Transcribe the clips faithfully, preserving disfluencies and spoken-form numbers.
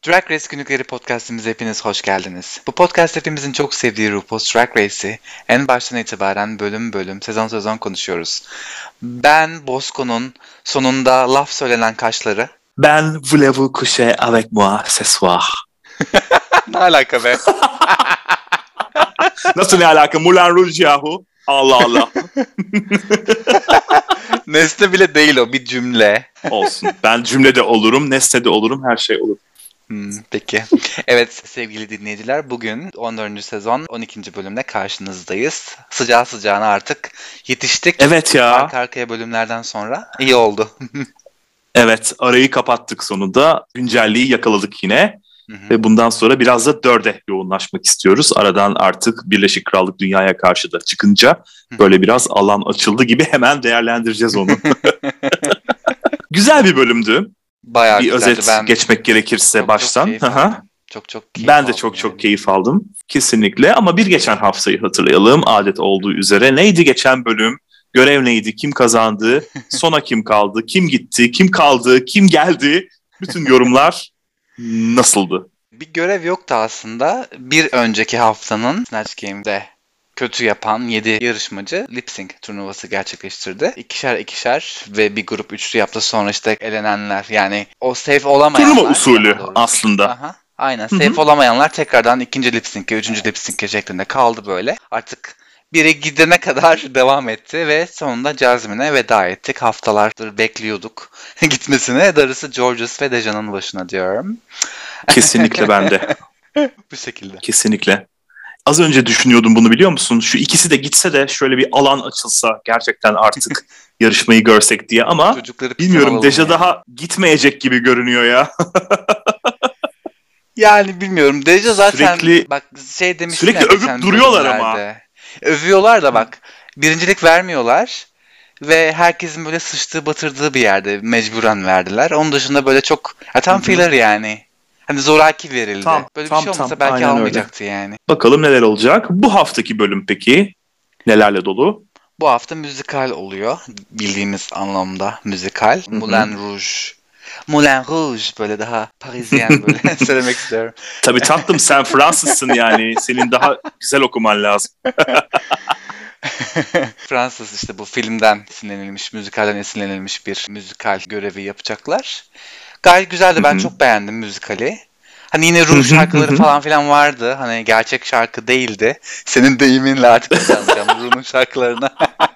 Drag Race Günlükleri podcastimize hepiniz hoş geldiniz. Bu podcast hepimizin çok sevdiği RuPaul's Drag Race'i en baştan itibaren bölüm bölüm, sezon sezon konuşuyoruz. Ben Bosco'nun sonunda laf söylenen kaşları. Ben voulez-vous coucher avec moi ce soir? Ne alaka be? Nasıl ne alaka? Moulin Rouge yahu. Allah Allah. Nesne bile değil o, bir cümle. Olsun. Ben cümlede olurum, nesnede olurum, her şey olur. Hmm, peki. Evet sevgili dinleyiciler, bugün on dördüncü sezon on ikinci bölümle karşınızdayız. Sıcağı sıcağına artık yetiştik. Evet ya. Arka arkaya bölümlerden sonra iyi oldu. Evet, arayı kapattık sonunda. Güncelliği yakaladık yine. Hı hı. Ve bundan sonra biraz da dörde yoğunlaşmak istiyoruz. Aradan artık Birleşik Krallık dünyaya karşı da çıkınca böyle biraz alan açıldı gibi hemen değerlendireceğiz onu. Güzel bir bölümdü. Bayağı bir güzeldi. özet ben geçmek gerekirse çok, baştan. Çok keyif çok çok keyif ben de çok yani. çok keyif aldım. Kesinlikle. Ama bir geçen haftayı hatırlayalım. Adet olduğu üzere. Neydi geçen bölüm? Görev neydi? Kim kazandı? Sona kim kaldı? Kim gitti? Kim kaldı? Kim geldi? Bütün yorumlar nasıldı? Bir görev yoktu aslında. Bir önceki haftanın Snatch Game'de kötü yapan yedi yarışmacı lip sync turnuvası gerçekleştirdi. İkişer ikişer ve bir grup üçlü yaptı. Sonra işte elenenler, yani o safe olamayanlar. Turnuva usulü aslında. Aha, aynen. Safe Hı-hı. olamayanlar tekrardan ikinci lip sync'e, üçüncü lip sync'e şeklinde kaldı böyle. Artık biri gidene kadar devam etti ve sonunda Jasmine'e veda ettik. Haftalardır bekliyorduk gitmesine. Darısı Georges ve Deja'nın başına diyorum. Kesinlikle ben de. Bu şekilde. Kesinlikle. Az önce düşünüyordum bunu, biliyor musun? Şu ikisi de gitse de şöyle bir alan açılsa gerçekten artık yarışmayı görsek diye, ama bilmiyorum, Deja yani. Daha gitmeyecek gibi görünüyor ya. Yani bilmiyorum. Deja zaten sürekli, bak şey demiş. Sürekli övüp duruyorlar ama. Övüyorlar da bak. Birincilik vermiyorlar. Ve herkesin böyle sıçtığı batırdığı bir yerde mecburen verdiler. Onun dışında böyle çok ya tam filler yani. Hani zoraki verildi. Tam, böyle tam, bir şey olmasa tam, belki almayacaktı öyle. Yani. Bakalım neler olacak. Bu haftaki bölüm peki nelerle dolu? Bu hafta müzikal oluyor. Bildiğimiz anlamda müzikal. Hı-hı. Moulin Rouge. Moulin Rouge, böyle daha Parisyen böyle söylemek istiyorum. Tabii tatlım, sen Fransızsın yani. Senin daha güzel okuman lazım. Fransız işte, bu filmden esinlenilmiş, müzikalden esinlenilmiş bir müzikal görevi yapacaklar. Gayet güzeldi. Ben Hı-hı. çok beğendim müzikali. Hani yine Rouge şarkıları falan filan vardı. Hani gerçek şarkı değildi. Senin deyiminle artık kazanacağım Rouge'un şarkılarına.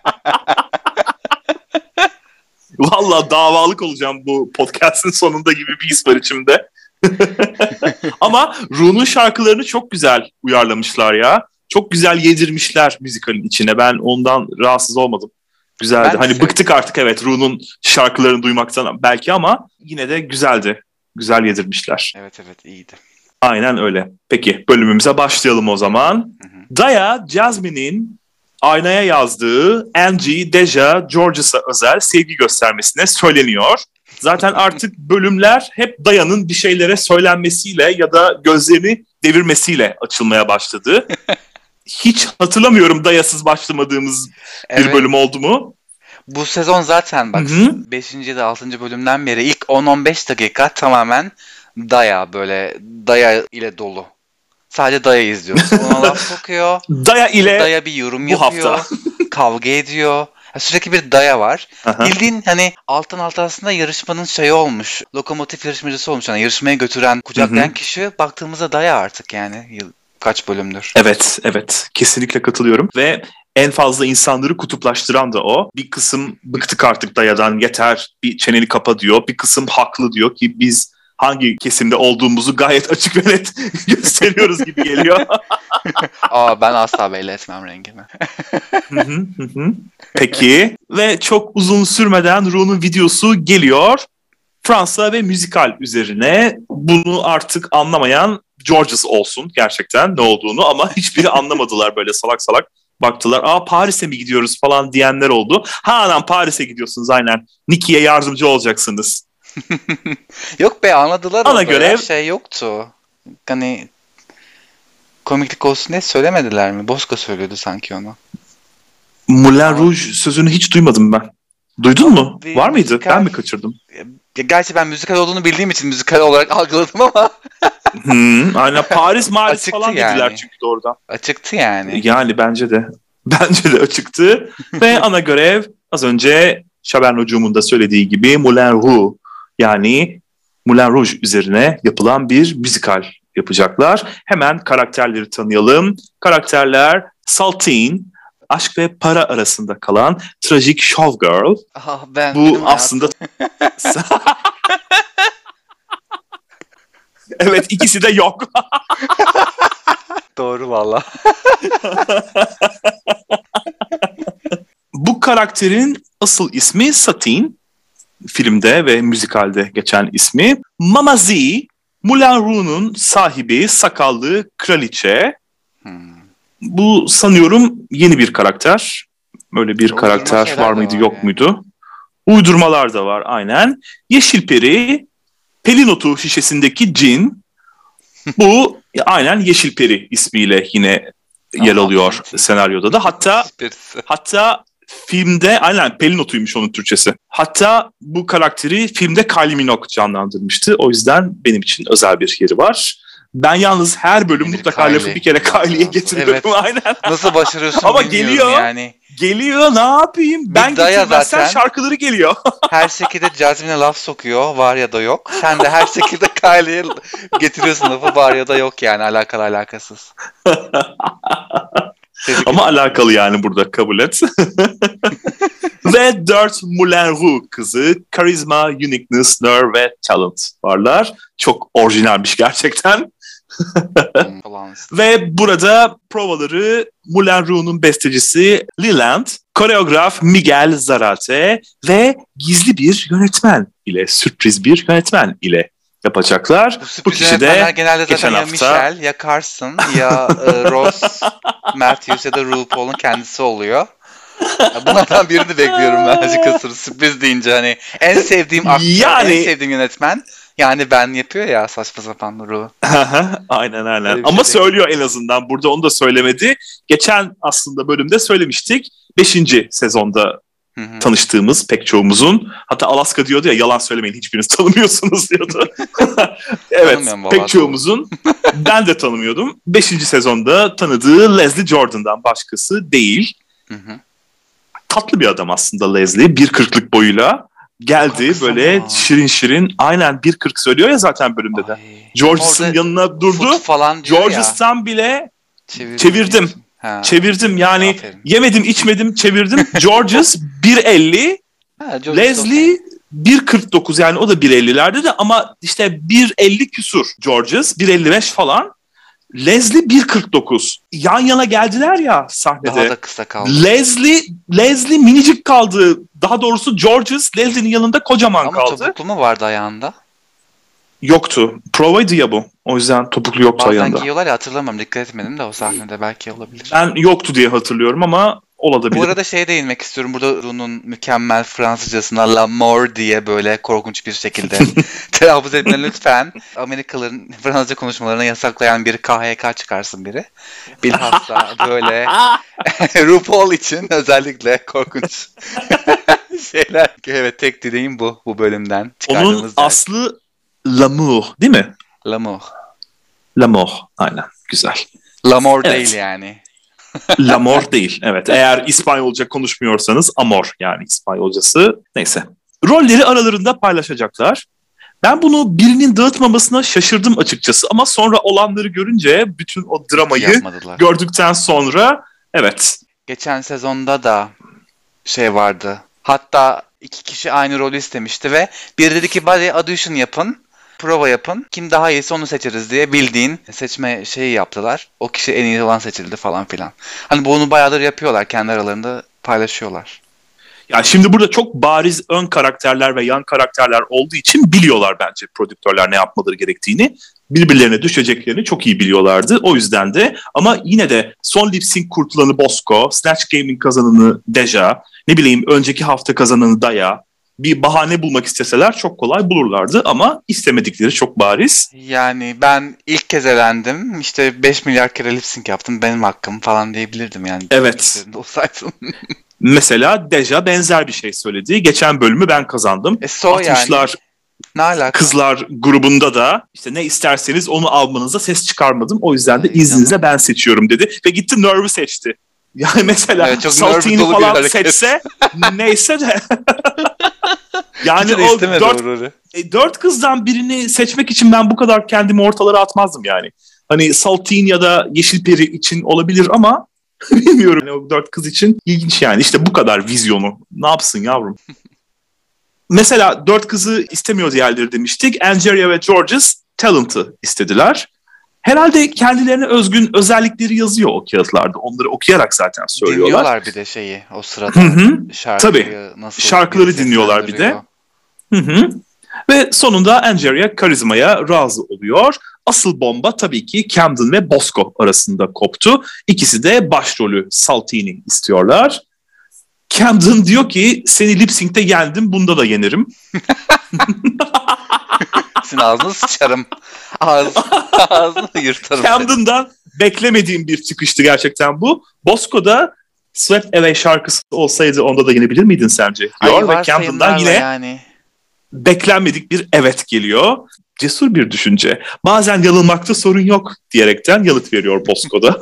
Vallahi davalık olacağım bu podcast'ın sonunda gibi bir his var içimde. Ama Rouge'un şarkılarını çok güzel uyarlamışlar ya. Çok güzel yedirmişler müzikalin içine. Ben ondan rahatsız olmadım. Güzeldi. Ben hani sevdim. Bıktık artık, evet, Rouge'un şarkılarını duymaktan belki, ama yine de güzeldi. Güzel yedirmişler. Evet evet, iyiydi. Aynen öyle. Peki bölümümüze başlayalım o zaman. Hı hı. Daya, Jasmine'in aynaya yazdığı Angie, Deja, Georges'a özel sevgi göstermesine söyleniyor. Zaten artık bölümler hep Daya'nın bir şeylere söylenmesiyle ya da gözlerini devirmesiyle açılmaya başladı. Hiç hatırlamıyorum Daya'sız başlamadığımız evet. bir bölüm oldu mu? Bu sezon zaten bak beşinci ya da altıncı bölümden beri ilk on on beş dakika tamamen Daya, böyle Daya ile dolu. Sadece Daya izliyoruz. Ona laf sokuyor. Daya ile Daya bir yorum bu yapıyor. Hafta. Kavga ediyor. Sürekli bir Daya var. Aha. Bildiğin hani altın altı aslında yarışmanın şeyi olmuş. Lokomotif yarışmacısı olmuş. Yani yarışmaya götüren, kucaklayan Hı-hı. kişi baktığımızda Daya artık yani. Kaç bölümdür. Evet, evet. Kesinlikle katılıyorum. Ve en fazla insanları kutuplaştıran da o. Bir kısım bıktık artık Daya'dan, yeter, bir çeneni kapa diyor. Bir kısım haklı diyor ki biz hangi kesimde olduğumuzu gayet açık ve net gösteriyoruz gibi geliyor. Aa, ben asla belli etmem rengimi. Peki, ve çok uzun sürmeden Rouge'un videosu geliyor. Fransa ve müzikal üzerine. Bunu artık anlamayan Georges olsun gerçekten ne olduğunu, ama hiçbiri anlamadılar, böyle salak salak baktılar. Aa, Paris'e mi gidiyoruz falan diyenler oldu. Ha anam, Paris'e gidiyorsunuz aynen. Nicki'ye yardımcı olacaksınız. Yok be, anladılar. Ana görev şey yoktu. Hani komiklik olsun diye söylemediler mi? Bosco söylüyordu sanki onu. Moulin Rouge sözünü hiç duymadım ben. Duydun mu? Var mıydı? Ben mi kaçırdım? Gerçi ben müzikal olduğunu bildiğim için müzikal olarak algıladım ama. hmm, aynen Paris Maris falan yani. Dediler çünkü doğrudan. Açıktı yani. Yani bence de. Bence de açıktı. Ve ana görev az önce Şaben Hocam'ın da söylediği gibi Moulin Rouge, yani Moulin Rouge üzerine yapılan bir müzikal yapacaklar. Hemen karakterleri tanıyalım. Karakterler Saltine, aşk ve para arasında kalan trajik showgirl. Aha, ben bu aslında evet, ikisi de yok. Doğru valla. Bu karakterin asıl ismi Satine, filmde ve müzikalde geçen ismi. Mama Z, Moulin Rouge'un sahibi, sakallı kraliçe. Hmm. Bu sanıyorum yeni bir karakter. Böyle bir Uydurma karakter var mıydı var yok yani. muydu? Uydurmalar da var aynen. Yeşil Peri, Pelinotu şişesindeki cin. Bu aynen Yeşil Peri ismiyle yine yer alıyor senaryoda da. Hatta hatta filmde aynen Pelinotuymuş onun Türkçesi. Hatta bu karakteri filmde Kylie Minogue canlandırmıştı. O yüzden benim için özel bir yeri var. Ben yalnız her bölüm mutlaka Kylie. lafı bir kere Kylie'ye getiriyorum. Evet. Aynen. Nasıl başarıyorsun ama geliyor yani. Geliyor, ne yapayım? Bir ben getirmezsem şarkıları geliyor. Her şekilde Jasmine'e laf sokuyor, var ya da yok. Sen de her şekilde Kylie'ye getiriyorsun lafı, var ya da yok yani, alakalı alakasız. Ama alakalı yani, burada kabul et. Ve dört Moulin Rouge kızı, karizma, uniqueness, nerve ve talent varlar. Çok orijinalmiş gerçekten. Ve burada provaları Moulin Rouge'un bestecisi Leland, koreograf Miguel Zarate ve gizli bir yönetmen ile, sürpriz bir yönetmen ile yapacaklar. Bu, Bu kişi de genelde zaten ya hafta... Michelle, ya Carson, ya e, Ross Matthews ya da RuPaul'un kendisi oluyor. Bunlardan birini bekliyorum ben açıkçası, sürpriz deyince hani en sevdiğim aktör, yani... en sevdiğim yönetmen. Yani ben yapıyor ya saçma sapan Ru. Aynen aynen. Ama şey söylüyor en azından. Burada onu da söylemedi. Geçen aslında bölümde söylemiştik. Beşinci sezonda Hı-hı. tanıştığımız pek çoğumuzun. Hatta Alaska diyordu ya, yalan söylemeyin hiçbiriniz tanımıyorsunuz diyordu. Evet, pek çoğumuzun. Ben de tanımıyordum. Beşinci sezonda tanıdığı Leslie Jordan'dan başkası değil. Hı-hı. Tatlı bir adam aslında Leslie. bir kırklık boyuyla. Geldi Baksana. Böyle şirin şirin, aynen bir kırk söylüyor ya zaten bölümde de. Georges'ın yanına durdu. Georges'tan bile Çevirdim. çevirdim. Ha. Çevirdim yani, aferin. Yemedim içmedim çevirdim. Georges bir elli, Leslie okay. bir kırk dokuz, yani o da bir ellilerde de ama işte bir elli küsur Georges, bir elli beş falan. Leslie bir kırk dokuz. Yan yana geldiler ya sahnede. Daha da kısa kaldı. Leslie Leslie minicik kaldı. Daha doğrusu Georges Leslie'nin yanında kocaman Ama kaldı. Ama topuklu mu vardı ayağında? Yoktu. Provaydı ya bu. O yüzden topuklu yoktu Bazen ayağında. Bazen giyiyorlar ya, hatırlamıyorum. Dikkat etmedim de o sahnede, belki olabilir. Ben yoktu diye hatırlıyorum ama olabilir. Bu arada şeye değinmek istiyorum. Burada Ru'nun mükemmel Fransızcasına L'amour diye böyle korkunç bir şekilde telaffuz etmeyin lütfen. Amerikalıların Fransızca konuşmalarına yasaklayan bir K H K çıkarsın biri. Bilhassa böyle RuPaul için özellikle korkunç şeyler. Evet, tek dileğim bu bu bölümden çıkardığımız. Onun ders. Aslı L'amour değil mi? L'amour. L'amour, aynen, güzel. L'amour evet. Değil yani. L'amour değil, evet. Eğer İspanyolca konuşmuyorsanız amor, yani İspanyolcası. Neyse. Rolleri aralarında paylaşacaklar. Ben bunu birinin dağıtmamasına şaşırdım açıkçası. Ama sonra olanları görünce, bütün o dramayı gördükten sonra, evet. Geçen sezonda da şey vardı. Hatta iki kişi aynı rolü istemişti ve biri dedi ki body audition yapın. Prova yapın. Kim daha iyisi onu seçeriz diye bildiğin seçme şeyi yaptılar. O kişi en iyi olan seçildi falan filan. Hani bunu bayağıdır yapıyorlar. Kendi aralarında paylaşıyorlar. Ya şimdi burada çok bariz ön karakterler ve yan karakterler olduğu için biliyorlar bence prodüktörler ne yapmaları gerektiğini. Birbirlerine düşeceklerini çok iyi biliyorlardı. O yüzden de, ama yine de son lip sync kurtulanı Bosco, Snatch Game'in kazananı Deja, ne bileyim önceki hafta kazananı Daya, bir bahane bulmak isteseler çok kolay bulurlardı ama istemedikleri çok bariz. Yani ben ilk kez elendim. İşte beş milyar kere lip sync yaptım. Benim hakkım falan diyebilirdim yani. Evet. Mesela Deja benzer bir şey söyledi. Geçen bölümü ben kazandım. E so altmışlar, Ne alaka? Kızlar grubunda da işte ne isterseniz onu almanıza ses çıkarmadım. O yüzden de izninizle ben seçiyorum dedi. Ve gitti Nerve'ı seçti. Yani mesela evet, Saltini falan seçse neyse de. Yani o dört, e, dört kızdan birini seçmek için ben bu kadar kendimi ortalara atmazdım yani. Hani Saltine ya da Yeşilperi için olabilir ama bilmiyorum. Yani o dört kız için ilginç yani. İşte bu kadar vizyonu. Ne yapsın yavrum? Mesela dört kızı istemiyor diğerleri demiştik. Angeria ve Georges Talent'ı istediler. Herhalde kendilerine özgün özellikleri yazıyor o kağıtlarda. Onları okuyarak zaten söylüyorlar. Dinliyorlar bir de şeyi o sırada. Şarkıyı Tabii. Nasıl şarkıları dinliyorlar bir de. Hı hı. Ve sonunda Angeria karizmaya razı oluyor. Asıl bomba tabii ki Camden ve Bosco arasında koptu. İkisi de başrolü Saltini istiyorlar. Camden diyor ki seni lip sync'te yendim, bunda da yenerim. Senin ağzını sıçarım. Ağzını, ağzını yırtarım. Camden'dan beklemediğim bir çıkıştı gerçekten bu. Bosco da Swept Away şarkısı olsaydı onda da yenebilir miydin sence? Diyor. Ay, ve Camden'dan yine yani. Beklenmedik bir evet geliyor. Cesur bir düşünce. Bazen yanılmakta sorun yok diyerekten yanıt veriyor Bosco'da.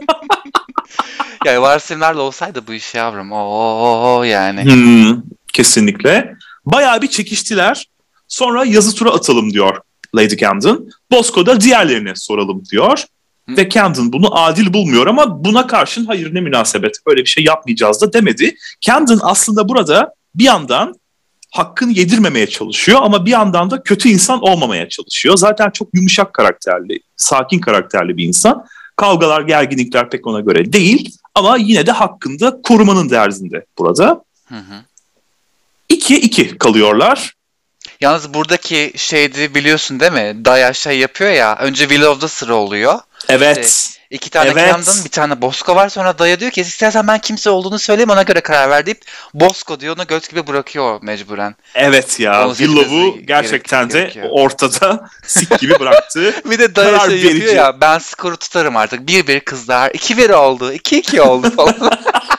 Ya varsayımlarla olsaydı bu iş yavrum. Oo yani. Hmm, kesinlikle. Bayağı bir çekiştiler. Sonra yazı tura atalım diyor Lady Camden. Bosco da diğerlerine soralım diyor. Hı. Ve Camden bunu adil bulmuyor ama buna karşın hayır ne münasebet öyle bir şey yapmayacağız da demedi. Camden aslında burada bir yandan hakkını yedirmemeye çalışıyor ama bir yandan da kötü insan olmamaya çalışıyor. Zaten çok yumuşak karakterli, sakin karakterli bir insan. Kavgalar, gerginlikler pek ona göre değil ama yine de hakkında korumanın derdinde burada. Hı hı. İkiye iki kalıyorlar. Yalnız buradaki şeydi biliyorsun değil mi? Daya şey yapıyor ya. Önce Willow'da sıra oluyor. Evet. İşte iki tane evet. Camden, bir tane Bosco var. Sonra Daya diyor ki istersen ben kimse olduğunu söyleyeyim ona göre karar ver deyip Bosco diyor. Onu göz gibi bırakıyor mecburen. Evet ya. Willow'u gerçekten gerek, de gerekiyor. Ortada sik gibi bıraktı. Bir de Daya şey verici. Yapıyor ya ben skoru tutarım artık. bir bir kızlar. iki bir oldu. iki iki oldu falan.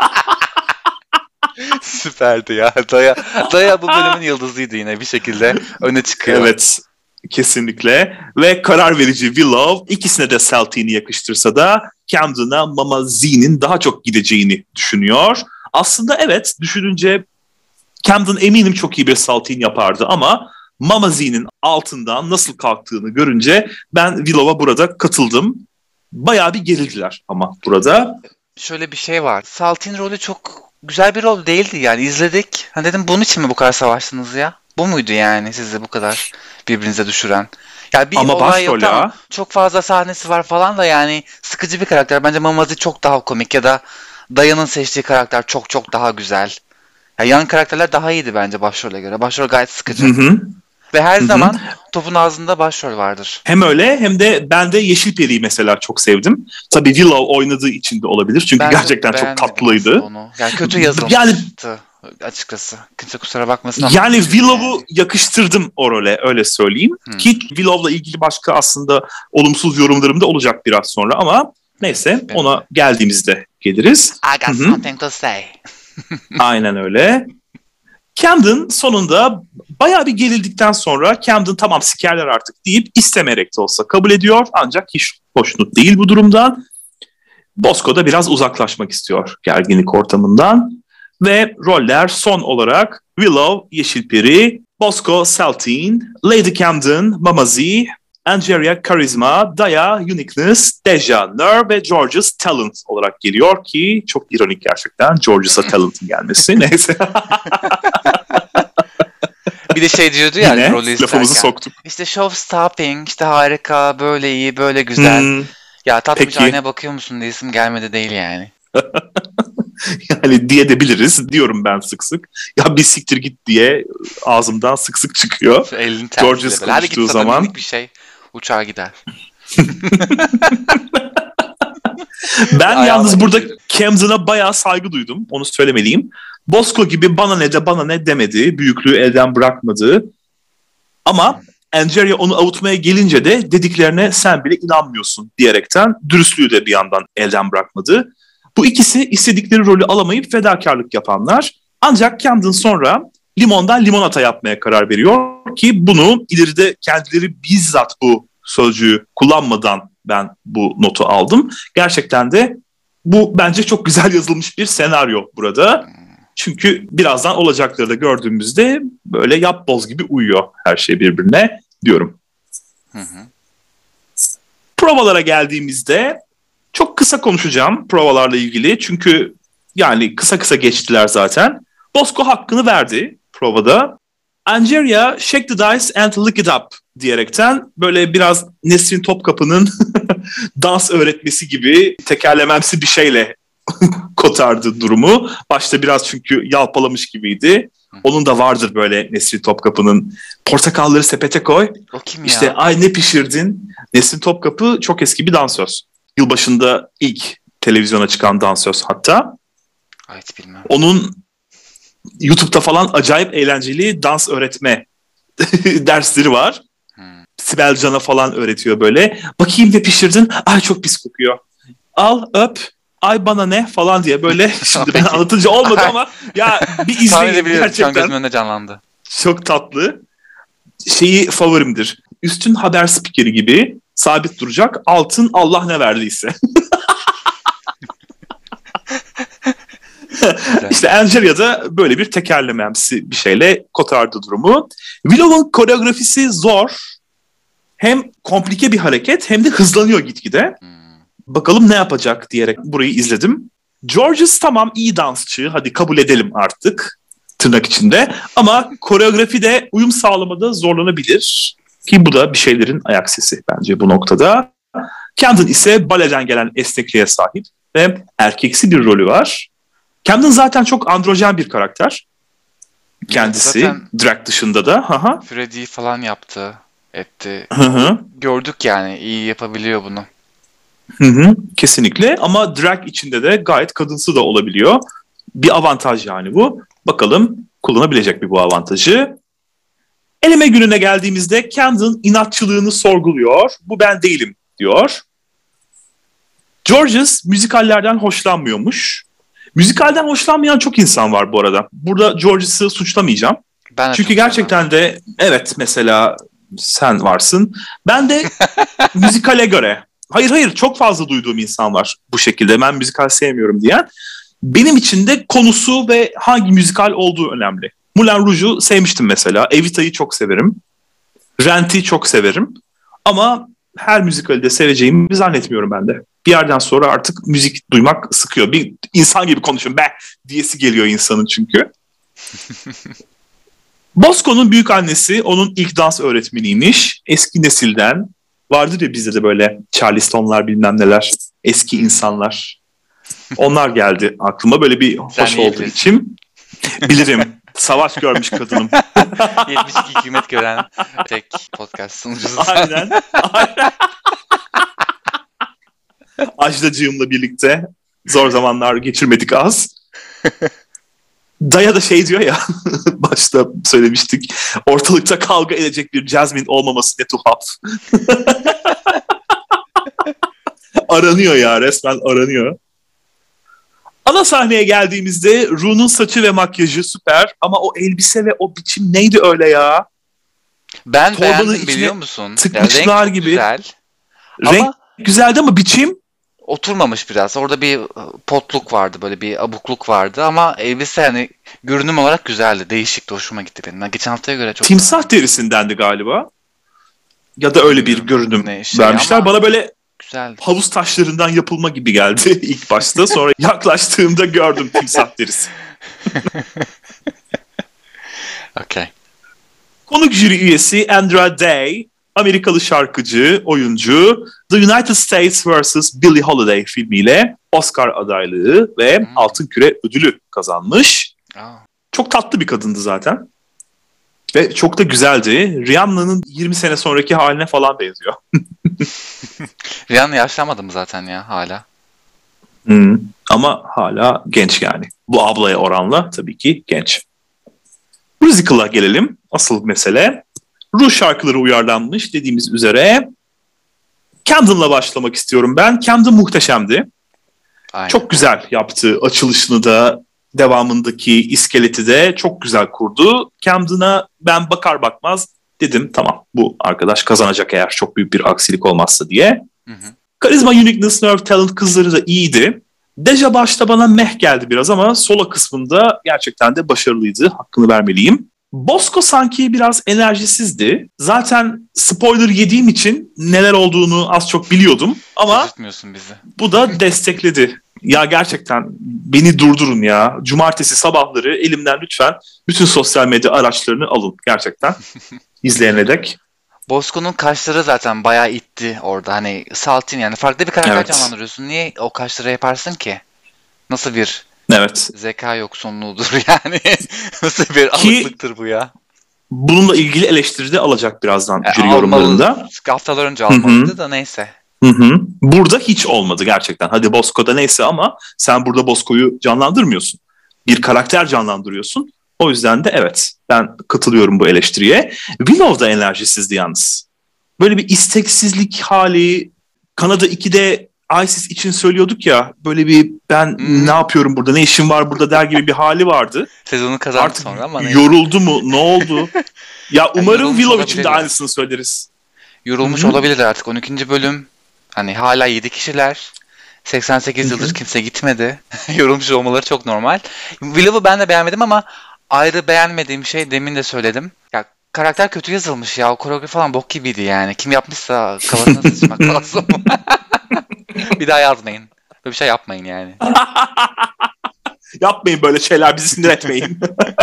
Süperdi ya. Daya, Daya bu bölümün yıldızıydı yine bir şekilde öne çıkıyor. Evet. Kesinlikle. Ve karar verici Willow ikisine de Saltine'i yakıştırsa da Camden'a Mama Z'nin daha çok gideceğini düşünüyor. Aslında evet düşününce Camden eminim çok iyi bir Saltine yapardı ama Mama Z'nin altından nasıl kalktığını görünce ben Willow'a burada katıldım. Bayağı bir gerildiler ama burada. Şöyle bir şey var. Saltine rolü çok güzel bir rol değildi yani izledik. Hani dedim bunun için mi bu kadar savaştınız ya? Bu muydu yani sizi bu kadar birbirinize düşüren? Ya bir ama olay yok ya. Tamam. Çok fazla sahnesi var falan da yani sıkıcı bir karakter. Bence Mamazi çok daha komik ya da Daya'nın seçtiği karakter çok çok daha güzel. Ya yan karakterler daha iyiydi bence başrole göre. Başrol gayet sıkıcı. Hı hı. Ve her Hı-hı. zaman topun ağzında başrol vardır. Hem öyle hem de ben de Yeşilperi'yi mesela çok sevdim. Tabii Willow oynadığı için de olabilir. Çünkü ben gerçekten çok tatlıydı. Onu. Yani kötü yazılmıştı yani, açıkçası. Kimse kusura bakmasın ama. Yani Willow'u yani. yakıştırdım o role öyle söyleyeyim. Hmm. Ki Willow'la ilgili başka aslında olumsuz yorumlarım da olacak biraz sonra ama neyse Benim ona de. geldiğimizde geliriz. I got Hı-hı. something to say. Aynen öyle. Camden sonunda bayağı bir gerildikten sonra Camden tamam sikerler artık deyip istemeyerek de olsa kabul ediyor. Ancak hiç hoşnut değil bu durumdan. Bosco da biraz uzaklaşmak istiyor gerginlik ortamından. Ve roller son olarak Willow, Yeşilperi, Bosco, Saltine, Lady Camden, Mama Z, Angeria, Charisma, Daya, Uniqueness, Deja, Nerve ve Georges Talent olarak geliyor ki çok ironik gerçekten Georges'a Talent'ın gelmesi. Neyse. Bir de şey diyordu ya Yine lafımızı soktuk. İşte show stopping, işte harika, böyle iyi, böyle güzel. Hmm, ya tatmış aynaya bakıyor musun diye isim gelmedi değil yani. Yani diyebiliriz diyorum ben sık sık. Ya bir siktir git diye ağzımdan sık sık çıkıyor. Georges konuştuğu zaman. Bir şey uçağa gider. Ben Ayağına yalnız burada Camden'a bayağı saygı duydum. Onu söylemeliyim. Bosco gibi bana ne de bana ne demedi. Büyüklüğü elden bırakmadı. Ama Angeria onu avutmaya gelince de dediklerine sen bile inanmıyorsun diyerekten dürüstlüğü de bir yandan elden bırakmadı. Bu ikisi istedikleri rolü alamayıp fedakarlık yapanlar. Ancak Camden sonra limondan limonata yapmaya karar veriyor ki bunu ileride kendileri bizzat bu sözcüğü kullanmadan ben bu notu aldım. Gerçekten de bu bence çok güzel yazılmış bir senaryo burada. Çünkü birazdan olacakları da gördüğümüzde böyle yapboz gibi uyuyor her şey birbirine diyorum. Hı hı. Provalara geldiğimizde çok kısa konuşacağım provalarla ilgili. Çünkü yani kısa kısa geçtiler zaten. Bosco hakkını verdi provada. Angeria shake the dice and lick it up diyerekten böyle biraz Nesrin Topkapı'nın dans öğretmesi gibi tekerlememsi bir şeyle kotardı durumu. Başta biraz çünkü yalpalamış gibiydi. Onun da vardır böyle Nesrin Topkapı'nın portakalları sepete koy. O kim ya? İşte ay ne pişirdin? Nesrin Topkapı çok eski bir dansöz. Yılbaşında ilk televizyona çıkan dansöz hatta. Ay hiç bilmem. Onun YouTube'da falan acayip eğlenceli dans öğretme dersleri var. Hmm. Sibel Can'a falan öğretiyor böyle. Bakayım ne pişirdin? Ay çok pis kokuyor. Al öp. Ay bana ne falan diye böyle. Şimdi ben anlatınca olmadı ama ya bir izleyin gerçekten. Gözümün önüne canlandı. Çok tatlı. Şeyi favorimdir. Üstün haber spikeri gibi sabit duracak. Altın Allah ne verdiyse. İşte Angelia'da böyle bir tekerlememsi bir şeyle kotardı durumu. Willow'un koreografisi zor. Hem komplike bir hareket hem de hızlanıyor gitgide. Hmm. Bakalım ne yapacak diyerek burayı izledim. Georges tamam iyi dansçı, hadi kabul edelim artık tırnak içinde. Ama koreografide uyum sağlamada zorlanabilir. Ki bu da bir şeylerin ayak sesi bence bu noktada. Camden ise baleden gelen esnekliğe sahip ve erkeksi bir rolü var. Camden zaten çok androjen bir karakter. Kendisi zaten drag dışında da. Aha. Freddy falan yaptı, etti. Hı hı. Gördük yani iyi yapabiliyor bunu. Hı hı, kesinlikle ama drag içinde de gayet kadınsı da olabiliyor. Bir avantaj yani bu. Bakalım kullanabilecek mi bu avantajı? Eleme gününe geldiğimizde Camden inatçılığını sorguluyor. Bu ben değilim diyor. Georges müzikallerden hoşlanmıyormuş. Müzikalden hoşlanmayan çok insan var bu arada. Burada Georges'ı suçlamayacağım. Ben Çünkü gerçekten sevmem. de evet mesela sen varsın. Ben de müzikale göre... Hayır hayır çok fazla duyduğum insan var bu şekilde. Ben müzikal sevmiyorum diyen. Benim için de konusu ve hangi müzikal olduğu önemli. Moulin Rouge'u sevmiştim mesela. Evita'yı çok severim. Rent'i çok severim. Ama her müzikali de seveceğimi zannetmiyorum ben de. Bir yerden sonra artık müzik duymak sıkıyor. Bir insan gibi konuşun be diyesi geliyor insanın çünkü. Bosco'nun büyük annesi onun ilk dans öğretmeniymiş. Eski nesilden. Vardır ya bizde de böyle Charleston'lar bilmem neler. Eski insanlar. Onlar geldi aklıma. Böyle bir hoş oldu içim. Bilirim. Savaş görmüş kadınım. yetmiş iki hükümet gören tek podcast sunucusu. Aynen. Aynen. Ajdacığımla birlikte zor zamanlar geçirmedik az. Daya da şey diyor ya, başta söylemiştik, ortalıkta kavga edecek bir Jasmine olmaması ne tuhaf. Aranıyor ya, resmen aranıyor. Ana sahneye geldiğimizde Ru'nun saçı ve makyajı süper ama o elbise ve o biçim neydi öyle ya? Ben Torbanın beğendim biliyor musun? Tıkmışlar gibi. Güzel. Renk ama... güzeldi ama biçim oturmamış biraz. Orada bir potluk vardı, böyle bir abukluk vardı ama elbise hani görünüm olarak güzeldi. Değişikti, hoşuma gitti benim. Yani geçen haftaya göre çok timsah güzeldi. Derisindendi galiba. Ya da öyle bir görünüm ne, şey vermişler. Bana böyle güzeldi. Havuz taşlarından yapılma gibi geldi ilk başta. Sonra yaklaştığımda gördüm timsah derisi. Okay. Konuk jüri üyesi Andra Day, Amerikalı şarkıcı, oyuncu, The United States versus. Billie Holiday filmiyle Oscar adaylığı ve hmm. Altın Küre ödülü kazanmış. Oh. Çok tatlı bir kadındı zaten. Ve çok da güzeldi. Rihanna'nın yirmi sene sonraki haline falan benziyor. Rihanna yaşlanmadı mı zaten ya hala? Hmm. Ama hala genç yani. Bu ablaya oranla tabii ki genç. Musical'a gelelim. Asıl mesele. Rouge şarkıları uyarlanmış dediğimiz üzere. Camden'la başlamak istiyorum ben. Camden muhteşemdi. Aynen. Çok güzel yaptı açılışını da. devamındaki iskeleti de çok güzel kurdu. Camden'a ben bakar bakmaz dedim tamam bu arkadaş kazanacak eğer çok büyük bir aksilik olmazsa diye. Hı hı. Karizma, uniqueness, nerve, talent kızları da iyiydi. Deja başta bana meh geldi biraz ama solo kısmında gerçekten de başarılıydı. Hakkını vermeliyim. Bosco sanki biraz enerjisizdi. Zaten spoiler yediğim için neler olduğunu az çok biliyordum. Ama bizi. Bu da destekledi. Ya gerçekten beni durdurun ya. Cumartesi sabahları elimden lütfen bütün sosyal medya araçlarını alın. Gerçekten izleyene dek. Bosco'nun kaşları zaten bayağı itti orada. Hani Saltin yani farklı bir karakter evet. canlandırıyorsun. Niye o kaşları yaparsın ki? Nasıl bir evet. zeka yoksunluğudur yani. Nasıl bir alıklıktır bu ya? Bununla ilgili eleştiri de alacak birazdan jüri e, yorumlarında. Haftalar önce almalıydı da neyse. Hı hı. Burada hiç olmadı gerçekten. Hadi Bosco'da neyse ama sen burada Bosco'yu canlandırmıyorsun. Bir karakter canlandırıyorsun. O yüzden de evet ben katılıyorum bu eleştiriye. Willow da enerjisizdi yalnız. Böyle bir isteksizlik hali. Kanada ikide ISIS için söylüyorduk ya böyle bir ben hmm. ne yapıyorum burada ne işim var burada der gibi bir hali vardı. Sezonu kazandı artık sonra ama yoruldu mu ne oldu? Ya umarım yani Willow için de aynısını söyleriz. Yorulmuş Hı-hı. olabilir artık on ikinci bölüm. Hani hala yedi kişiler. seksen sekiz Hı-hı. yıldır kimse gitmedi. Yorulmuş olmaları çok normal. Willow'u ben de beğenmedim ama ayrı beğenmediğim şey demin de söyledim. Ya karakter kötü yazılmış ya. O koreografi falan bok gibiydi yani. Kim yapmışsa kafasına sıçmak lazım. Bir daha yazmayın. Böyle bir şey yapmayın yani. Yapmayın böyle şeyler bizi sinir etmeyin.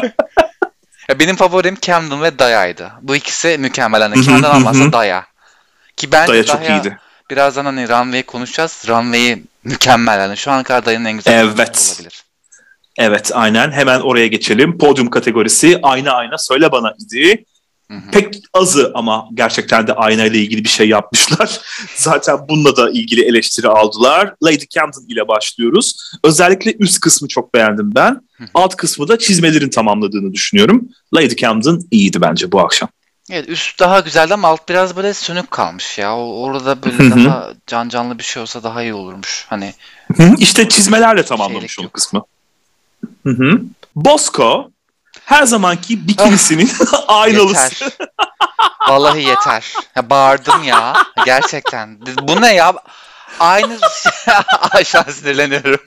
Ya benim favorim Camden ve Daya'ydı. Bu ikisi mükemmel. Hani Camden almazsa Daya. Ki bence Daya çok Daya, iyiydi. Birazdan hani Runway'i konuşacağız. Runway'i mükemmel. Yani şu ana kadar Daya'nın en güzel evet. olabilir. Evet aynen. Hemen oraya geçelim. Podyum kategorisi ayna ayna söyle bana idi. Hı hı. Pek azı ama gerçekten de ayna ile ilgili bir şey yapmışlar. Zaten bununla da ilgili eleştiri aldılar. Lady Camden ile başlıyoruz. Özellikle üst kısmı çok beğendim ben. Hı hı. Alt kısmı da çizmelerin tamamladığını düşünüyorum. Lady Camden iyiydi bence bu akşam. Evet üst daha güzeldi ama alt biraz böyle sönük kalmış ya. Orada böyle Hı-hı. daha can canlı bir şey olsa daha iyi olurmuş. Hani Hı-hı. İşte çizmelerle tamamlamış o kısmı. Hı-hı. Bosco her zamanki bikinisinin aynalısı. Yeter. Vallahi yeter. Ya bağırdım ya. Gerçekten. Bu ne ya? Aynı şu an sinirleniyorum.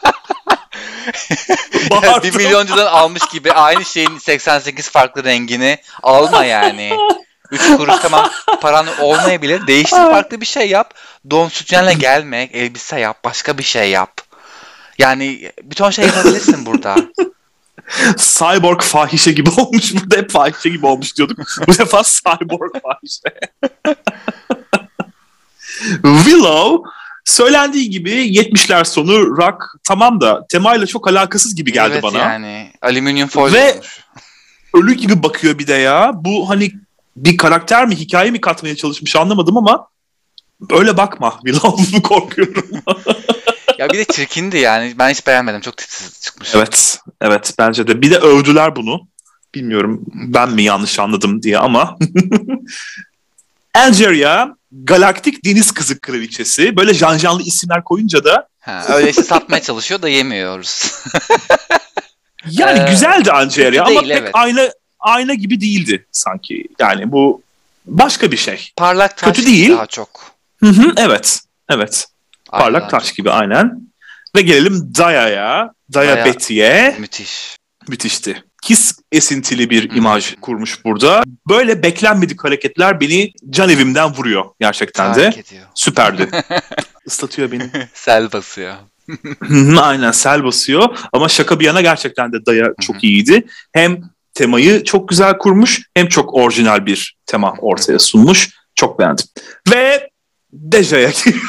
Bir milyoncudan almış gibi aynı şeyin seksen sekiz farklı rengini alma yani. Üç kuruş tamam paran olmayabilir. Değiştir farklı bir şey yap. Don sütyenle gelme. Elbise yap. Başka bir şey yap. Yani bir ton şey yapabilirsin burada. Cyborg fahişe gibi olmuş. Burada hep fahişe gibi olmuş diyorduk. Bu defa cyborg fahişe. Willow söylendiği gibi yetmişler sonu rock tamam da temayla çok alakasız gibi geldi evet, bana. Evet yani alüminyum foil Ve olmuş. Ölü gibi bakıyor bir de ya. Bu hani bir karakter mi hikaye mi katmaya çalışmış anlamadım ama öyle bakma. Willow'u korkuyorum. Ya bir de çirkindi yani. Ben hiç beğenmedim. Çok tipsiz çıkmış. Evet. Evet bence de. Bir de övdüler bunu. Bilmiyorum ben mi yanlış anladım diye ama. Algeria galaktik deniz kızı kraliçesi. Böyle janjanlı isimler koyunca da. Ha, öyle işte satmaya çalışıyor da yemiyoruz. Yani ee, güzeldi Algeria ama pek evet. ayna ayna gibi değildi sanki. Yani bu başka bir şey. Parlak taş kötü değil. Daha çok. Hı hı, evet. Evet. Aynen, parlak taş çok. gibi aynen. Ve gelelim Daya'ya. Daya, Daya Betty'ye. Müthiş. Müthişti. Kiss esintili bir Hı. imaj kurmuş burada. Böyle beklenmedik hareketler beni can evimden vuruyor gerçekten de. Süperdi. Islatıyor beni. Sel basıyor. Aynen sel basıyor ama şaka bir yana gerçekten de Daya çok iyiydi. Hem temayı çok güzel kurmuş hem çok orijinal bir tema ortaya sunmuş. Çok beğendim. Ve Deja'ya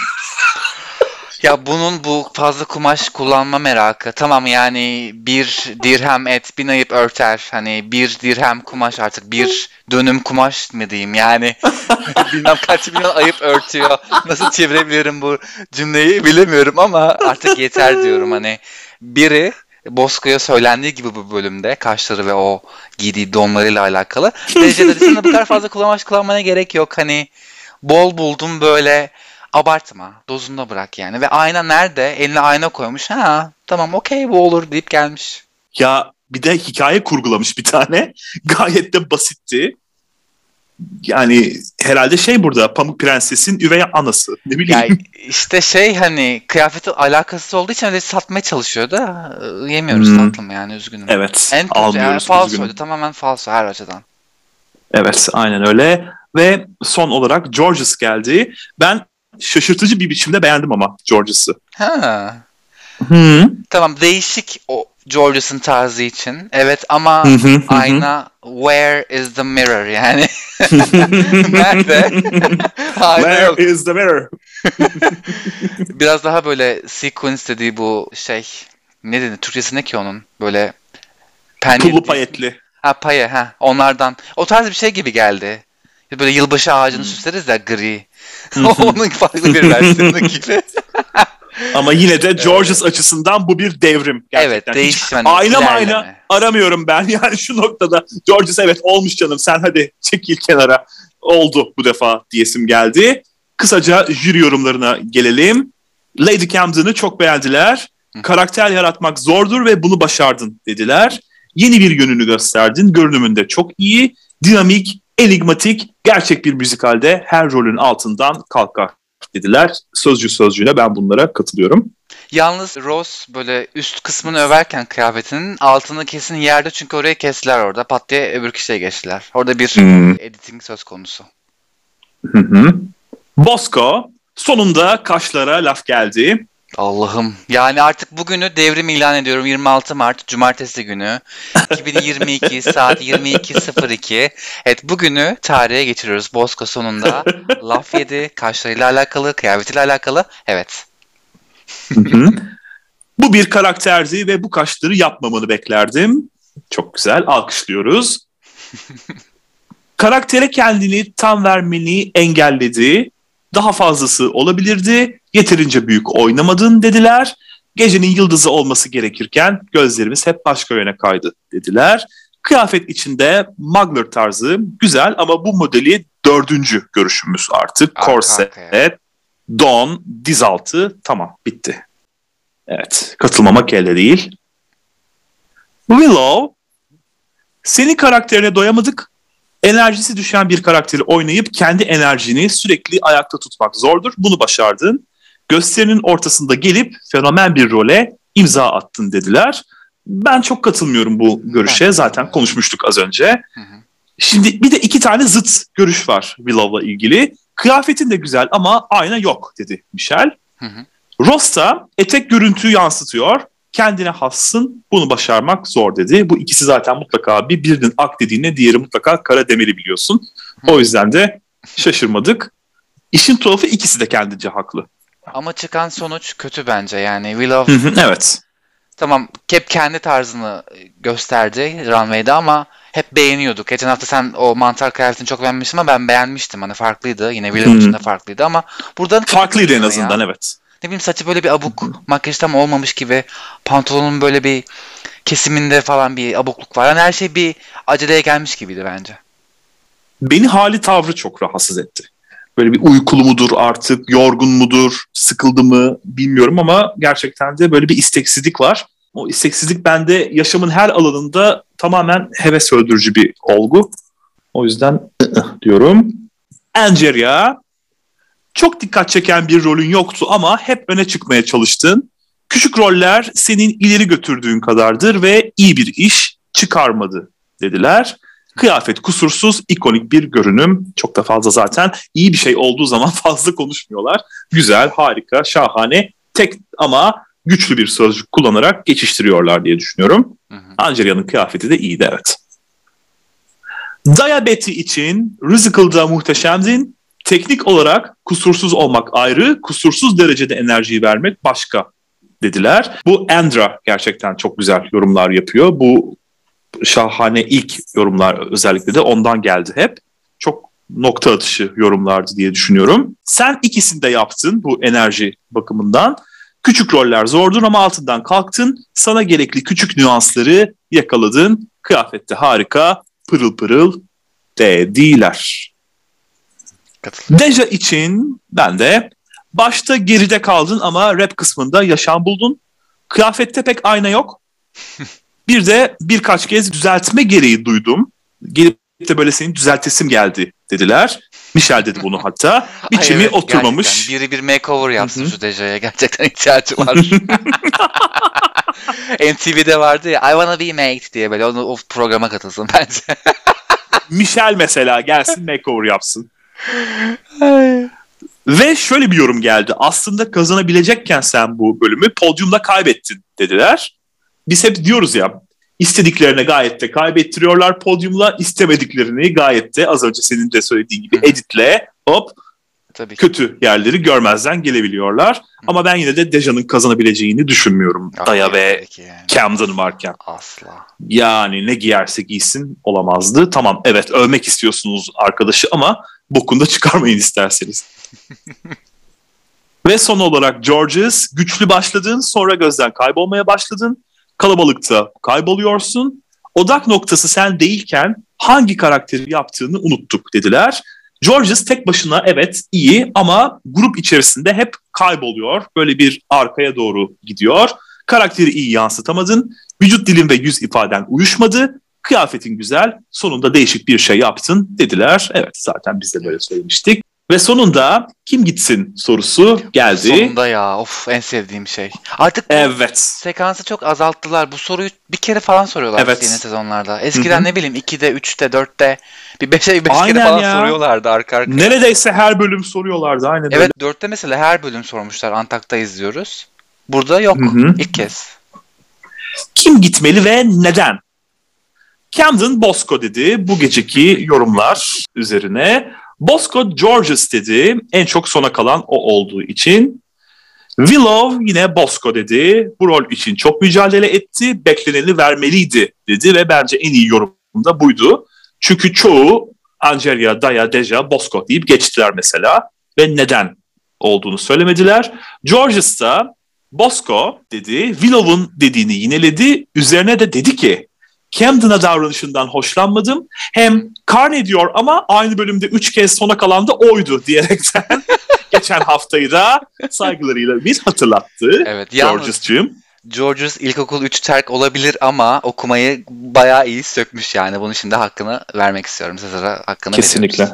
Ya bunun bu fazla kumaş kullanma merakı. Tamam yani bir dirhem et bin ayıp örter. Hani bir dirhem kumaş artık bir dönüm kumaş mı diyeyim yani. Bilmem kaç milyon ayıp örtüyor. Nasıl çevirebilirim bu cümleyi bilemiyorum ama artık yeter diyorum. Hani biri Bosco'ya söylendiği gibi bu bölümde kaşları ve o giydiği donlarıyla alakalı. Derece dedi sana bu kadar fazla kumaş kullanmana gerek yok. Hani bol buldum böyle. Abartma. Dozunda bırak yani. Ve ayna nerede? Eline ayna koymuş. Ha tamam okey bu olur deyip gelmiş. Ya bir de hikaye kurgulamış bir tane. Gayet de basitti. Yani herhalde şey burada Pamuk Prenses'in üvey anası. Ne bileyim. Yani işte şey hani kıyafeti alakası olduğu için öyle satmaya çalışıyor da e, yemiyoruz Hmm. tatlım yani üzgünüm. Evet. En kötü yani Almıyoruz. falsoydu. Üzgünüm. Tamamen falso her açıdan. Evet, aynen öyle. Ve son olarak Georges geldi. Ben şaşırtıcı bir biçimde beğendim ama Georges'ı. Ha. Hı. Tamam değişik o Georges'ın tarzı için. Evet ama Hı hı, hı hı. ayna where is the mirror yani. Nerede? Ayna yok. Where is the mirror? Biraz daha böyle sequence dediği bu şey ne dedi? Türkçesi ne ki onun? Böyle penye. Pullu payetli. Ha paye ha onlardan. O tarz bir şey gibi geldi. Böyle yılbaşı ağacını Hmm. süsleriz ya gri. Onun farklı bir versiyonu gibi. Ama yine de Georges açısından bu bir devrim. Gerçekten. Evet Hiç değişim. Hani ayna ilerleme. mayna aramıyorum ben. Yani şu noktada Georges evet olmuş canım sen hadi çekil kenara. Oldu bu defa diyesim geldi. Kısaca jüri yorumlarına gelelim. Lady Camden'ı çok beğendiler. Karakter yaratmak zordur ve bunu başardın dediler. Yeni bir yönünü gösterdin. Görünümünde çok iyi, dinamik, enigmatik, gerçek bir müzikalde her rolün altından kalkar dediler. Sözcü sözcüğüne ben bunlara katılıyorum. Yalnız Rose böyle üst kısmını överken kıyafetinin altını kesin yerde çünkü oraya kestiler orada. Pat diye öbür kişiye geçtiler. Orada bir Hmm. editing söz konusu. Hı hı. Bosco sonunda kaşlara laf geldi. Allah'ım. Yani artık bugünü devrim ilan ediyorum. yirmi altı Mart Cumartesi günü. iki bin yirmi iki saat yirmi iki sıfır iki. Evet bugünü tarihe geçiriyoruz. Bosco sonunda laf yedi. Kaşlarıyla alakalı, kıyafetiyle alakalı. Evet. Hı hı. Bu bir karakterdi ve bu kaşları yapmamanı beklerdim. Çok güzel, alkışlıyoruz. Karaktere kendini tam vermeni engelledi. Daha fazlası olabilirdi. Yeterince büyük oynamadın dediler. Gecenin yıldızı olması gerekirken gözlerimiz hep başka yöne kaydı dediler. Kıyafet içinde Mugler tarzı güzel ama bu modeli dördüncü görüşümüz artık. Arka Korset, arkaya. don, dizaltı tamam bitti. Evet katılmamak elde değil. Willow senin karakterine doyamadık. Enerjisi düşen bir karakteri oynayıp kendi enerjini sürekli ayakta tutmak zordur. Bunu başardın. Gösterinin ortasında gelip fenomen bir role imza attın dediler. Ben çok katılmıyorum bu görüşe. Ben Zaten konuşmuştuk az önce. Hı hı. Şimdi bir de iki tane zıt görüş var Willow'la ilgili. Kıyafetin de güzel ama ayna yok dedi Michel. Hı hı. Ross da etek görüntüyü yansıtıyor. Kendine hassın, bunu başarmak zor dedi. Bu ikisi zaten mutlaka bir birinin ak dediğine diğeri mutlaka kara demeli biliyorsun. O yüzden de şaşırmadık. İşin tuhafı ikisi de kendince haklı. Ama çıkan sonuç kötü bence. Yani Willow Hı hı, evet. tamam hep kendi tarzını gösterdi Runway'de ama hep beğeniyorduk. Geçen hafta sen o mantar kıyafetini çok beğenmiştin ama ben beğenmiştim. Hani farklıydı. Yine Willow için de farklıydı ama buradan Farklıydı en ya. azından evet. Ne bileyim saçı böyle bir abuk, makyaj tam olmamış gibi, pantolonun böyle bir kesiminde falan bir abukluk var. Yani her şey bir aceleye gelmiş gibiydi bence. Beni hali tavrı çok rahatsız etti. Böyle bir uykulu mudur artık, yorgun mudur, sıkıldı mı bilmiyorum ama gerçekten de böyle bir isteksizlik var. O isteksizlik bende yaşamın her alanında tamamen heves öldürücü bir olgu. O yüzden diyorum. Angeria, çok dikkat çeken bir rolün yoktu ama hep öne çıkmaya çalıştın. Küçük roller senin ileri götürdüğün kadardır ve iyi bir iş çıkarmadı dediler. Kıyafet kusursuz, ikonik bir görünüm. Çok da fazla zaten iyi bir şey olduğu zaman fazla konuşmuyorlar. Güzel, harika, şahane, tek ama güçlü bir sözcük kullanarak geçiştiriyorlar diye düşünüyorum. Angeria'nın kıyafeti de iyiydi evet. Diabetes için Russicle'da muhteşemdin. Teknik olarak kusursuz olmak ayrı, kusursuz derecede enerjiyi vermek başka dediler. Bu Andra gerçekten çok güzel yorumlar yapıyor. Bu şahane ilk yorumlar özellikle de ondan geldi hep. Çok nokta atışı yorumlardı diye düşünüyorum. Sen ikisini de yaptın bu enerji bakımından. Küçük roller zordur ama altından kalktın. Sana gerekli küçük nüansları yakaladın. Kıyafette harika, pırıl pırıl dediler. Deja için ben de başta geride kaldın ama rap kısmında yaşam buldun. Kıyafette pek ayna yok. Bir de birkaç kez düzeltme gereği duydum. Gelip de böyle senin düzeltesim geldi dediler. Michel dedi bunu hatta. Biçimi Ay evet, oturmamış. Gerçekten. Biri bir makeover yapsın Hı-hı. şu Deja'ya. Gerçekten ihtiyacı var. M T V'de vardı ya I Wanna Be Made diye böyle onu o programa katılsın bence. Michel mesela gelsin makeover yapsın. Ve şöyle bir yorum geldi. Aslında kazanabilecekken sen bu bölümü podyumda kaybettin dediler. Biz hep diyoruz ya istediklerine gayet de kaybettiriyorlar podyumla, istemediklerini gayet de az önce senin de söylediğin gibi editle hop Tabii kötü yerleri görmezden gelebiliyorlar. Hı. Ama ben yine de Deja'nın kazanabileceğini düşünmüyorum. Ah, Daya ve yani. Camden varken. Asla. Yani ne giyerse giysin olamazdı. Tamam evet övmek istiyorsunuz arkadaşı ama bokunu da çıkarmayın isterseniz. Ve son olarak Georges, güçlü başladın, sonra gözden kaybolmaya başladın. Kalabalıkta kayboluyorsun. Odak noktası sen değilken hangi karakteri yaptığını unuttuk dediler. Georges tek başına evet iyi ama grup içerisinde hep kayboluyor. Böyle bir arkaya doğru gidiyor. Karakteri iyi yansıtamadın. Vücut dilin ve yüz ifaden uyuşmadı. Kıyafetin güzel. Sonunda değişik bir şey yaptın dediler. Evet zaten biz de böyle söylemiştik. Ve sonunda kim gitsin sorusu geldi. Sonunda ya of en sevdiğim şey. Artık bu evet. sekansı çok azalttılar. Bu soruyu bir kere falan soruyorlar evet. yeni sezonlarda. Eskiden Hı-hı. ne bileyim ikide, üçte, dörtte bir beşe beş kere falan ya. soruyorlardı arka arkaya. Neredeyse her bölüm soruyorlardı aynen Evet öyle. dörtte mesela her bölüm sormuşlar. Antak'ta izliyoruz. Burada yok. Hı-hı. İlk kez. Kim gitmeli ve neden? Camden Bosco dedi bu geceki yorumlar üzerine. Bosco Georges dedi. En çok sona kalan o olduğu için. Willow yine Bosco dedi. Bu rol için çok mücadele etti. Bekleneni vermeliydi dedi ve bence en iyi yorum da buydu. Çünkü çoğu Angelia, Daya, Deja, Bosco deyip geçtiler mesela. Ve neden olduğunu söylemediler. Georges da Bosco dedi. Willow'un dediğini yineledi. Üzerine de dedi ki Camden'a davranışından hoşlanmadım. Hem karne diyor ama aynı bölümde üç kez sona kalan da oydu diyerekten geçen haftayı da saygılarıyla bir hatırlattı. Evet, Georges'cığım. Georges ilkokul üç terk olabilir ama okumayı bayağı iyi sökmüş yani. Bunun şimdi hakkını vermek istiyorum. Sezar'a hakkını Kesinlikle.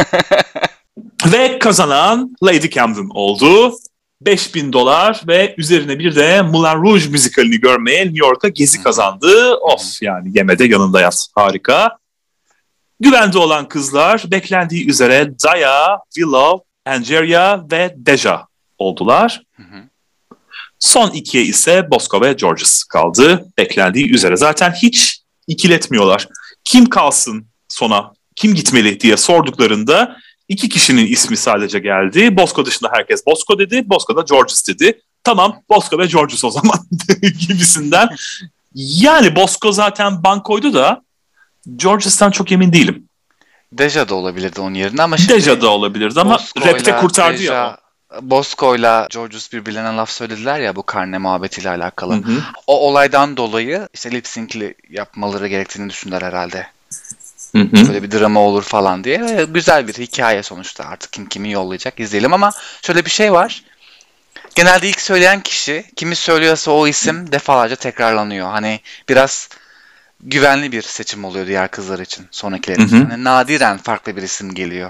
Ve kazanan Lady Camden oldu. beş bin dolar ve üzerine bir de Moulin Rouge müzikalini görmeye New York'a gezi kazandı. Of yani yemede yanında yat. Harika. Güvende olan kızlar beklendiği üzere Daya, Willow, Angeria ve Deja oldular. Hı hı. Son ikiye ise Bosco ve Georges kaldı. Beklendiği üzere. Zaten hiç ikiletmiyorlar. Kim kalsın sona, kim gitmeli diye sorduklarında İki kişinin ismi sadece geldi. Bosco dışında herkes Bosco dedi. Bosco da Georges dedi. Tamam Bosco ve Georges o zaman gibisinden. Yani Bosco zaten bankoydu da Georges'tan çok emin değilim. Deja da olabilirdi onun yerine ama şimdi Deja da olabilirdi ama rapte kurtardı Deja, ya o. Bosco'yla Georges birbirlerine laf söylediler ya bu karne muhabbetiyle alakalı. Hı hı. O olaydan dolayı işte lip sync'li yapmaları gerektiğini düşündüler herhalde. Hı hı. Böyle bir drama olur falan diye. Güzel bir hikaye sonuçta artık kim kimi yollayacak izleyelim ama şöyle bir şey var. Genelde ilk söyleyen kişi kimi söylüyorsa o isim defalarca tekrarlanıyor. Hani biraz güvenli bir seçim oluyor diğer kızlar için sonrakiler için. Hani nadiren farklı bir isim geliyor.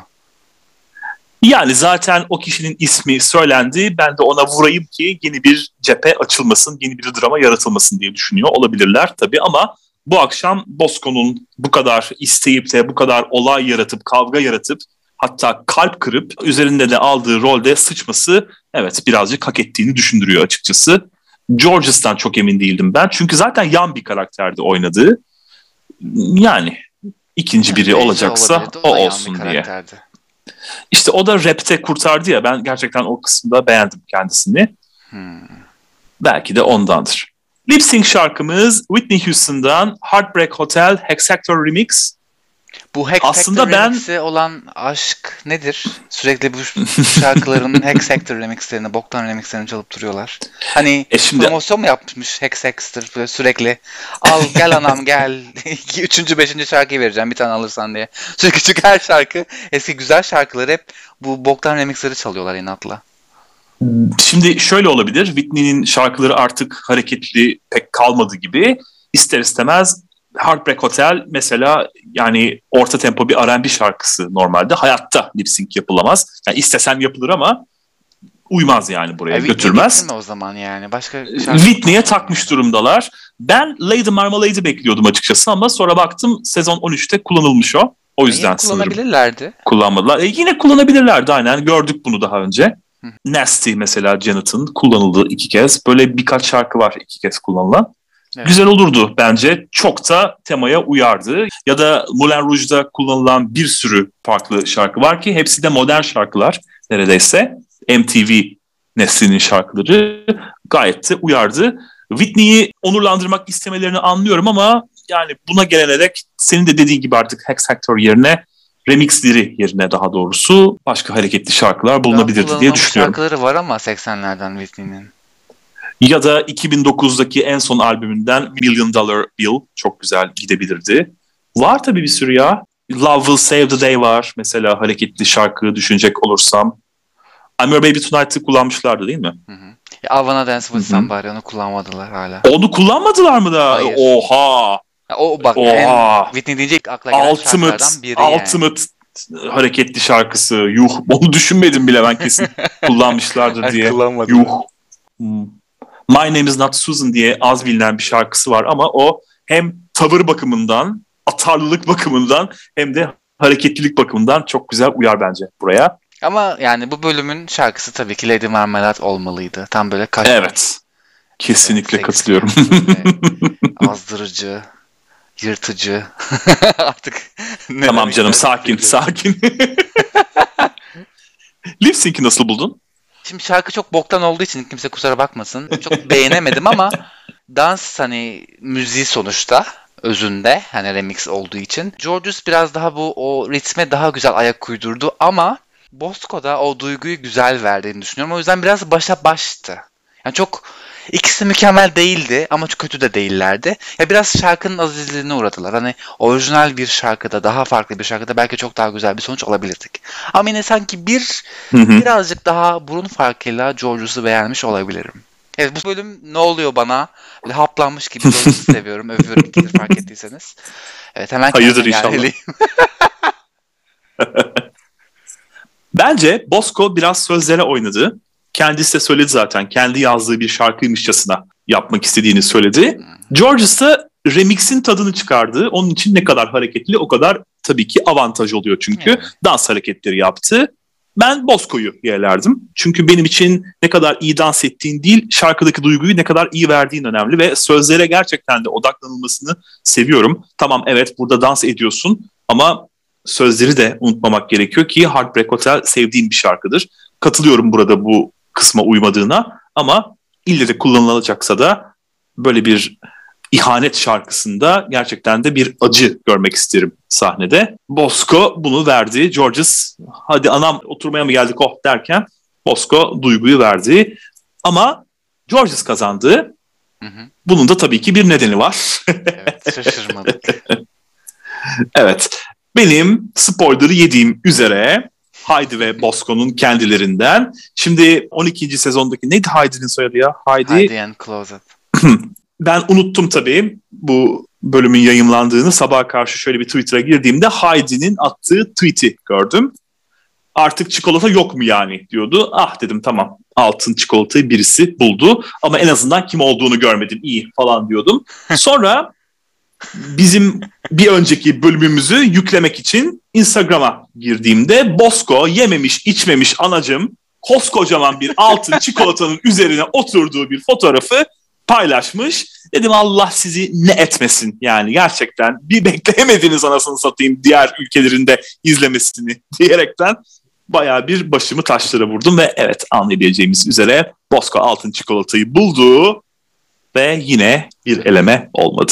Yani zaten o kişinin ismi söylendi. Ben de ona vurayım ki yeni bir cephe açılmasın, yeni bir drama yaratılmasın diye düşünüyor olabilirler tabii ama bu akşam Bosco'nun bu kadar isteyip de bu kadar olay yaratıp, kavga yaratıp hatta kalp kırıp üzerinde de aldığı rolde sıçması evet birazcık hak ettiğini düşündürüyor açıkçası. Georges'tan çok emin değildim ben. Çünkü zaten yan bir karakterdi oynadığı. Yani ikinci biri yani olacaksa o, o olsun diye. İşte o da rapte kurtardı ya ben gerçekten o kısımda beğendim kendisini. Hmm. Belki de ondandır. Lip Sync şarkımız Whitney Houston'dan Heartbreak Hotel Hexactor Remix. Bu Hexactor Remix'i ben... olan aşk nedir? Sürekli bu şarkıların Hexactor remixlerini, boktan remixlerini çalıp duruyorlar. Hani e şimdi... promosyon mu yapmış Hexactor böyle sürekli? Al gel anam gel. Üçüncü, beşinci şarkıyı vereceğim bir tane alırsan diye. Çünkü çünkü her şarkı eski güzel şarkıları hep bu boktan remixleri çalıyorlar inatla. Şimdi şöyle olabilir. Whitney'nin şarkıları artık hareketli pek kalmadı gibi. ister istemez Heartbreak Hotel mesela yani orta tempo bir R and B şarkısı normalde. Hayatta lip sync yapılamaz. Yani istesen yapılır ama uymaz yani buraya, e, götürmez. Whitney o zaman yani. Başka Whitney'e takmış yani. Durumdalar. Ben Lady Marmalade'i bekliyordum açıkçası ama sonra baktım sezon on üçte kullanılmış o. O yüzden e, sanırım. Kullanabilirlerdi. Kullanmadılar. E, yine kullanabilirlerdi aynen. Gördük bunu daha önce. Hı. Nasty mesela Janet'ın kullanıldığı iki kez. Böyle birkaç şarkı var iki kez kullanılan. Evet. Güzel olurdu bence. Çok da temaya uyardı. Ya da Moulin Rouge'da kullanılan bir sürü farklı şarkı var ki hepsi de modern şarkılar neredeyse. M T V neslinin şarkıları gayet de uyardı. Whitney'i onurlandırmak istemelerini anlıyorum ama yani buna gelene dek senin de dediğin gibi artık Hex Factor yerine remixleri yerine daha doğrusu başka hareketli şarkılar bulunabilirdi diye düşünüyorum. Şarkıları var ama seksenlerden Whitney'nin. Ya da iki bin dokuzdaki en son albümünden Million Dollar Bill çok güzel gidebilirdi. Var tabii bir sürü ya. Love Will Save the Day var mesela hareketli şarkı düşünecek olursam. I'm Your Baby Tonight'ı kullanmışlardı değil mi? Hı hı. Ya, I Wanna Dance With Somebody onu kullanmadılar hala. Onu kullanmadılar mı da? Hayır. Oha! Ya, o bak en Whitney deyince ilk akla gelen ultimate, şarkılardan biri yani. Ultimate hareketli şarkısı. Yuh. Onu düşünmedim bile ben kesin kullanmışlardır diye. Yuh. My Name Is Not Susan diye az bilinen bir şarkısı var ama o hem tavır bakımından, atarlılık bakımından hem de hareketlilik bakımından çok güzel uyar bence buraya. Ama yani bu bölümün şarkısı tabii ki Lady Marmalade olmalıydı. Tam böyle kaş. Evet. Kesinlikle evet, katılıyorum. Azdırıcı, yırtıcı. Artık tamam canım sakin sakin. Lip Sync'i nasıl buldun? Şimdi şarkı çok boktan olduğu için kimse kusura bakmasın. Çok beğenemedim ama dans hani müziği sonuçta özünde hani remix olduğu için. Georges biraz daha bu o ritme daha güzel ayak uydurdu ama Bosco da o duyguyu güzel verdiğini düşünüyorum. O yüzden biraz başa baştı. Yani çok ikisi mükemmel değildi ama çok kötü de değillerdi. Ya biraz şarkının azizliğine uğradılar. Hani orijinal bir şarkıda, daha farklı bir şarkıda belki çok daha güzel bir sonuç alabilirdik. Ama yine sanki bir hı hı. birazcık daha burun farkıyla Georges'u beğenmiş olabilirim. Evet bu bölüm ne oluyor bana? Böyle haplanmış gibi Georges'u seviyorum. Övüyorum ikidir fark ettiyseniz. Evet hemen hayırdır inşallah. Bence Bosco biraz sözlere oynadı. Kendisi de söyledi zaten. Kendi yazdığı bir şarkıymışçasına yapmak istediğini söyledi. Georges da remix'in tadını çıkardı. Onun için ne kadar hareketli o kadar tabii ki avantaj oluyor çünkü. Hmm. Dans hareketleri yaptı. Ben Bosco'yu yerlerdim. Çünkü benim için ne kadar iyi dans ettiğin değil, şarkıdaki duyguyu ne kadar iyi verdiğin önemli ve sözlere gerçekten de odaklanılmasını seviyorum. Tamam evet burada dans ediyorsun ama sözleri de unutmamak gerekiyor ki Heartbreak Hotel sevdiğim bir şarkıdır. Katılıyorum burada bu kısma uymadığına ama ille de kullanılacaksa da böyle bir ihanet şarkısında gerçekten de bir acı görmek isterim sahnede. Bosco bunu verdi. Georges hadi anam oturmaya mı geldik oh derken Bosco duyguyu verdi. Ama Georges kazandı. Hı hı. Bunun da tabii ki bir nedeni var. Evet şaşırmadık. Evet. Benim spoiler'ı yediğim üzere Heidi ve Bosco'nun kendilerinden. Şimdi on ikinci sezondaki neydi Heidi'nin soyadı ya? Heidi, Heidi and Closet. Ben unuttum tabii bu bölümün yayımlandığını. Sabaha karşı şöyle bir Twitter'a girdiğimde Heidi'nin attığı tweet'i gördüm. Artık çikolata yok mu yani diyordu. Ah dedim tamam altın çikolatayı birisi buldu. Ama en azından kim olduğunu görmedim iyi falan diyordum. Sonra bizim bir önceki bölümümüzü yüklemek için Instagram'a girdiğimde Bosco yememiş içmemiş anacım koskocaman bir altın çikolatanın üzerine oturduğu bir fotoğrafı paylaşmış. Dedim Allah sizi ne etmesin yani gerçekten bir bekleyemediniz anasını satayım diğer ülkelerin de izlemesini diyerekten bayağı bir başımı taşlara vurdum ve evet anlayabileceğimiz üzere Bosco altın çikolatayı buldu ve yine bir eleme olmadı.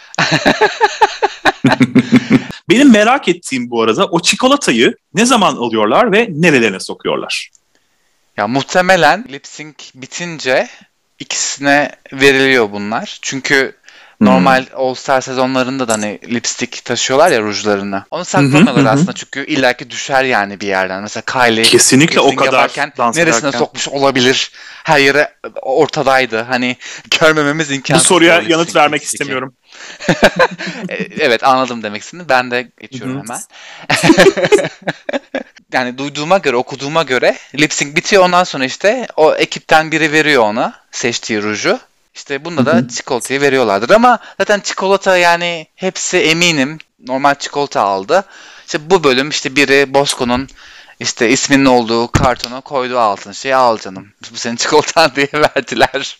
Benim merak ettiğim bu arada o çikolatayı ne zaman alıyorlar ve nerelerine sokuyorlar? Ya muhtemelen lip sync bitince ikisine veriliyor bunlar. Çünkü Normal hmm. All Star sezonlarında da hani lipstick taşıyorlar ya rujlarını. Onu saklamıyorlar aslında çünkü illaki düşer yani bir yerden. Mesela Kylie kesinlikle o kadar yaparken neresine ederken. Sokmuş olabilir? Her yere ortadaydı. Hani görmememiz imkansız. Bu soruya yanıt vermek lipstick'i. istemiyorum. Evet, anladım demek istediğini. Ben de geçiyorum Hı-hı. hemen. Yani duyduğuma göre, okuduğuma göre lip sync bitiyor, ondan sonra işte o ekipten biri veriyor ona seçtiği ruju. İşte bunda da çikolatayı veriyorlardır ama zaten çikolata yani hepsi eminim normal çikolata aldı. İşte bu bölüm işte biri Bosco'nun işte isminin olduğu kartona koydu altın şeyi, al canım bu senin çikolatan diye verdiler.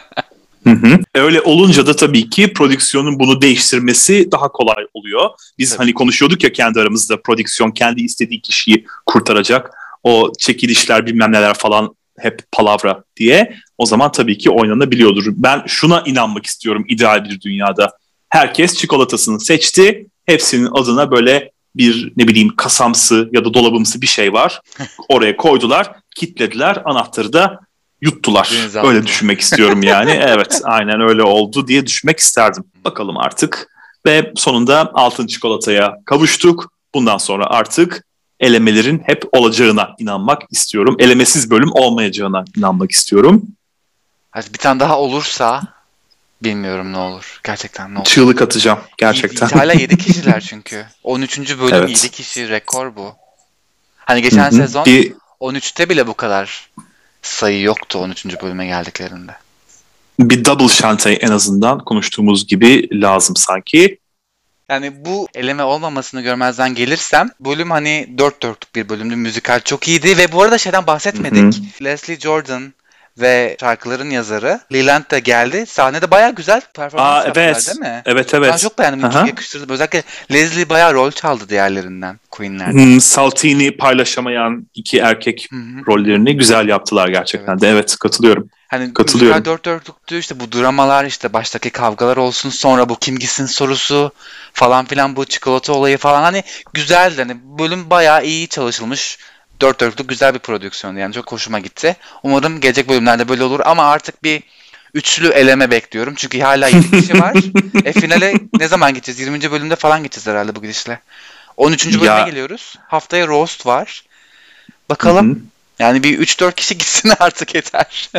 Hı hı. Öyle olunca da tabii ki prodüksiyonun bunu değiştirmesi daha kolay oluyor. Biz tabii. hani konuşuyorduk ya kendi aramızda, prodüksiyon kendi istediği kişiyi kurtaracak. O çekilişler bilmem neler falan hep palavra diye. O zaman tabii ki oynanabiliyordur. Ben şuna inanmak istiyorum ideal bir dünyada. Herkes çikolatasını seçti. Hepsinin adına böyle bir ne bileyim kasamsı ya da dolabımsı bir şey var. Oraya koydular, kilitlediler, anahtarı da yuttular. Öyle düşünmek istiyorum yani. Evet, aynen öyle oldu diye düşünmek isterdim. Bakalım artık. Ve sonunda altın çikolataya kavuştuk. Bundan sonra artık elemelerin hep olacağına inanmak istiyorum. Elemesiz bölüm olmayacağına inanmak istiyorum. Hadi bir tane daha olursa bilmiyorum ne olur. Gerçekten ne olur. Çığlık atacağım gerçekten. Hala yedi kişiler çünkü. on üçüncü bölüm evet. yedi kişi, rekor bu. Hani geçen Hı-hı. sezon bir... on üçte bile bu kadar sayı yoktu on üçüncü bölüme geldiklerinde. Bir double şantay en azından konuştuğumuz gibi lazım sanki. Yani bu eleme olmamasını görmezden gelirsem bölüm hani dört dörtlük bir bölümdü. Müzikal çok iyiydi ve bu arada şeyden bahsetmedik. Hı-hı. Leslie Jordan ve şarkıların yazarı Leland da geldi. Sahnede bayağı güzel performans Aa, yaptılar evet. değil mi? Evet evet. Ben çok beğendim. Aha. Çok yakıştırdı. Özellikle Leslie bayağı rol çaldı diğerlerinden. Queen'lerden. Hmm, Saltini paylaşamayan iki erkek Hı-hı. rollerini güzel yaptılar gerçekten evet. de. Evet, katılıyorum. Hani katılıyorum. müzikal dört dörtlüktü. İşte bu dramalar, işte baştaki kavgalar olsun, sonra bu kim gitsin sorusu falan filan, bu çikolata olayı falan, hani güzeldi. Hani bölüm bayağı iyi çalışılmış. Dört dörtlük güzel bir prodüksiyondu yani, çok hoşuma gitti. Umarım gelecek bölümlerde böyle olur ama artık bir üçlü eleme bekliyorum. Çünkü hala yedi kişi var. e finale ne zaman gideceğiz? yirminci bölümde falan gideceğiz herhalde bu gidişle. on üçüncü bölüme ya. geliyoruz. Haftaya roast var. Bakalım. Hı-hı. Yani bir üç dört kişi gitsin artık, yeter.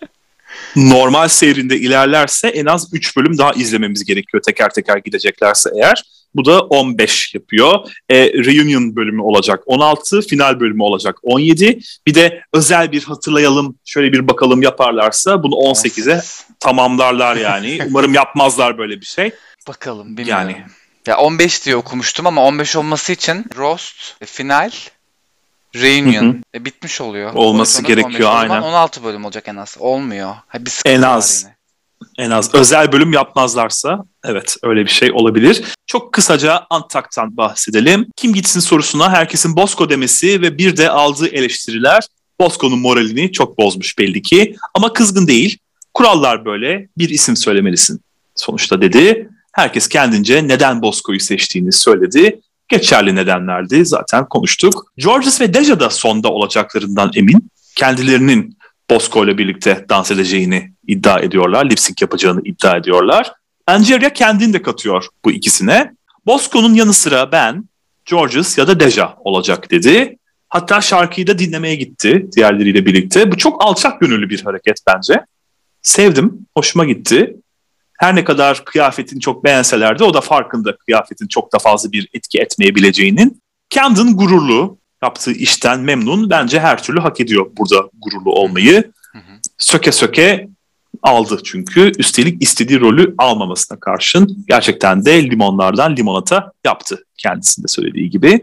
Normal seyrinde ilerlerse en az üç bölüm daha izlememiz gerekiyor teker teker gideceklerse eğer. Bu da on beş yapıyor. E, reunion bölümü olacak on altı, final bölümü olacak on yedi. Bir de özel bir hatırlayalım, şöyle bir bakalım yaparlarsa bunu on sekize on sekiz tamamlarlar yani. Umarım yapmazlar böyle bir şey. Bakalım, bilmiyorum. Yani. Ya on beş diye okumuştum ama on beş olması için roast, final, reunion hı hı. E, bitmiş oluyor. Olması gerekiyor aynen. on altı bölüm olacak en az. Olmuyor. Ha, bir en az. Yine. En az özel bölüm yapmazlarsa evet öyle bir şey olabilir. Çok kısaca Antak'tan bahsedelim. Kim gitsin sorusuna herkesin Bosco demesi ve bir de aldığı eleştiriler Bosco'nun moralini çok bozmuş belli ki. Ama kızgın değil. Kurallar böyle, bir isim söylemelisin sonuçta dedi. Herkes kendince neden Bosco'yu seçtiğini söyledi. Geçerli nedenlerdi, zaten konuştuk. Georges ve Deja da sonda olacaklarından emin. Kendilerinin Bosco ile birlikte dans edeceğini iddia ediyorlar. Lip sync yapacağını iddia ediyorlar. Angeria kendini de katıyor bu ikisine. Bosco'nun yanı sıra ben, Georges ya da Deja olacak dedi. Hatta şarkıyı da dinlemeye gitti diğerleriyle birlikte. Bu çok alçak gönüllü bir hareket bence. Sevdim, hoşuma gitti. Her ne kadar kıyafetini çok beğenseler de o da farkında kıyafetin çok da fazla bir etki etmeyebileceğinin. Camden gururlu, yaptığı işten memnun. Bence her türlü hak ediyor burada gururlu olmayı. Hı hı. Söke söke aldı çünkü. Üstelik istediği rolü almamasına karşın gerçekten de limonlardan limonata yaptı kendisinde söylediği gibi.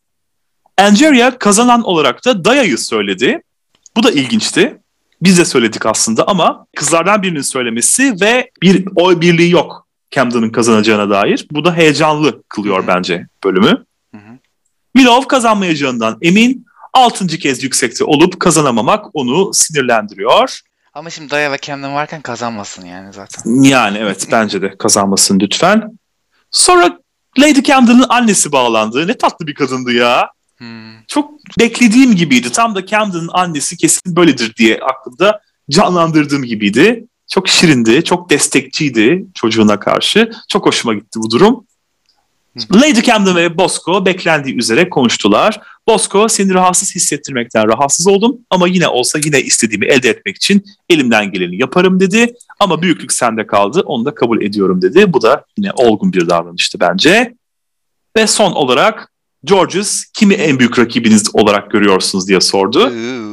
Angeria kazanan olarak da Daya'yı söyledi. Bu da ilginçti. Biz de söyledik aslında ama kızlardan birinin söylemesi ve bir oy birliği yok Camden'ın kazanacağına dair. Bu da heyecanlı kılıyor Hı-hı. bence bölümü. Hı-hı. Willow kazanmayacağından emin. Altıncı kez yüksekte olup kazanamamak onu sinirlendiriyor. Ama şimdi Daya ve Camden varken kazanmasın yani zaten. Yani evet, bence de kazanmasın lütfen. Sonra Lady Camden'ın annesi bağlandı. Ne tatlı bir kadındı ya. Hmm. Çok beklediğim gibiydi. Tam da Camden'ın annesi kesin böyledir diye aklımda canlandırdığım gibiydi. Çok şirindi, çok destekçiydi çocuğuna karşı. Çok hoşuma gitti bu durum. Lady Camden ve Bosco beklendiği üzere konuştular. Bosco, seni rahatsız hissettirmekten rahatsız oldum ama yine olsa yine istediğimi elde etmek için elimden geleni yaparım dedi. Ama büyüklük sende kaldı, onu da kabul ediyorum dedi. Bu da yine olgun bir davranıştı bence. Ve son olarak Georges, kimi en büyük rakibiniz olarak görüyorsunuz diye sordu.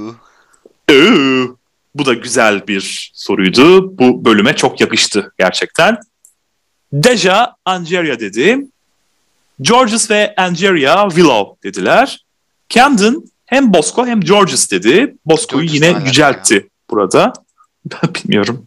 Ee, bu da güzel bir soruydu. Bu bölüme çok yakıştı gerçekten. Deja Angeria dedi. Georges ve Angeria Willow dediler. Camden hem Bosco hem Georges dedi. Bosco'yu yine yüceltti ya burada. Ben bilmiyorum.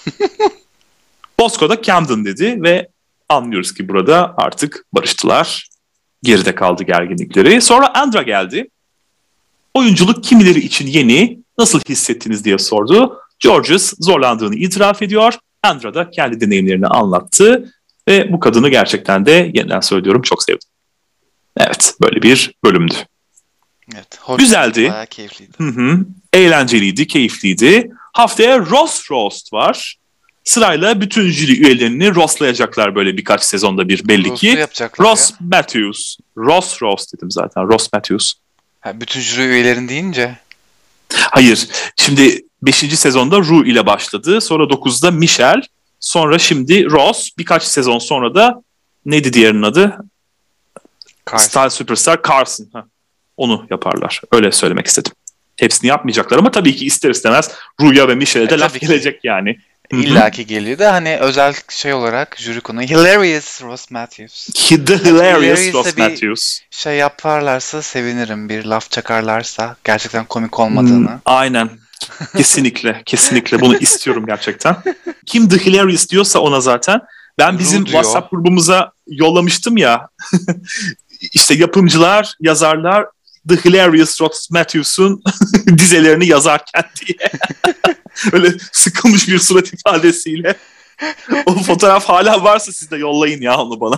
Bosco da Camden dedi ve anlıyoruz ki burada artık barıştılar. Geride kaldı gerginlikleri. Sonra Andra geldi. Oyunculuk kimileri için yeni, nasıl hissettiniz diye sordu. Georges zorlandığını itiraf ediyor. Andra da kendi deneyimlerini anlattı. Ve bu kadını gerçekten de yeniden söylüyorum çok sevdim. Evet, böyle bir bölümdü. Evet, hoş, güzeldi. Bayağı keyifliydi. Hı hı, eğlenceliydi, keyifliydi. Haftaya Roast Roast var. Sırayla bütün jüri üyelerini roastlayacaklar böyle birkaç sezonda bir belli Roast'u ki. Ross ya. Matthews. Ross Roast dedim zaten. Ross Matthews. Ha, bütün jüri üyelerin deyince. Hayır. Şimdi beşinci sezonda Rue ile başladı. Sonra dokuzda Michelle. Sonra şimdi Ross. Birkaç sezon sonra da neydi diğerinin adı? Carson. Style Superstar Carson. Ha, onu yaparlar. Öyle söylemek istedim. Hepsini yapmayacaklar ama tabii ki ister istemez Rue'ya ve Michelle'e de e, laf gelecek ki yani. İlla ki geliyor da hani özel şey olarak jüri konu. Hilarious Ross Matthews. The Hilarious Ross Matthews. Şey yaparlarsa sevinirim. Bir laf çakarlarsa gerçekten komik olmadığını. Hmm, aynen. Kesinlikle. Kesinlikle. Bunu istiyorum gerçekten. Kim The Hilarious diyorsa ona zaten. Ben bizim WhatsApp grubumuza yollamıştım ya. İşte yapımcılar, yazarlar The Hilarious Ross Matthews'un dizelerini yazarken diye. Öyle sıkılmış bir surat ifadesiyle. O fotoğraf hala varsa siz de yollayın ya onu bana.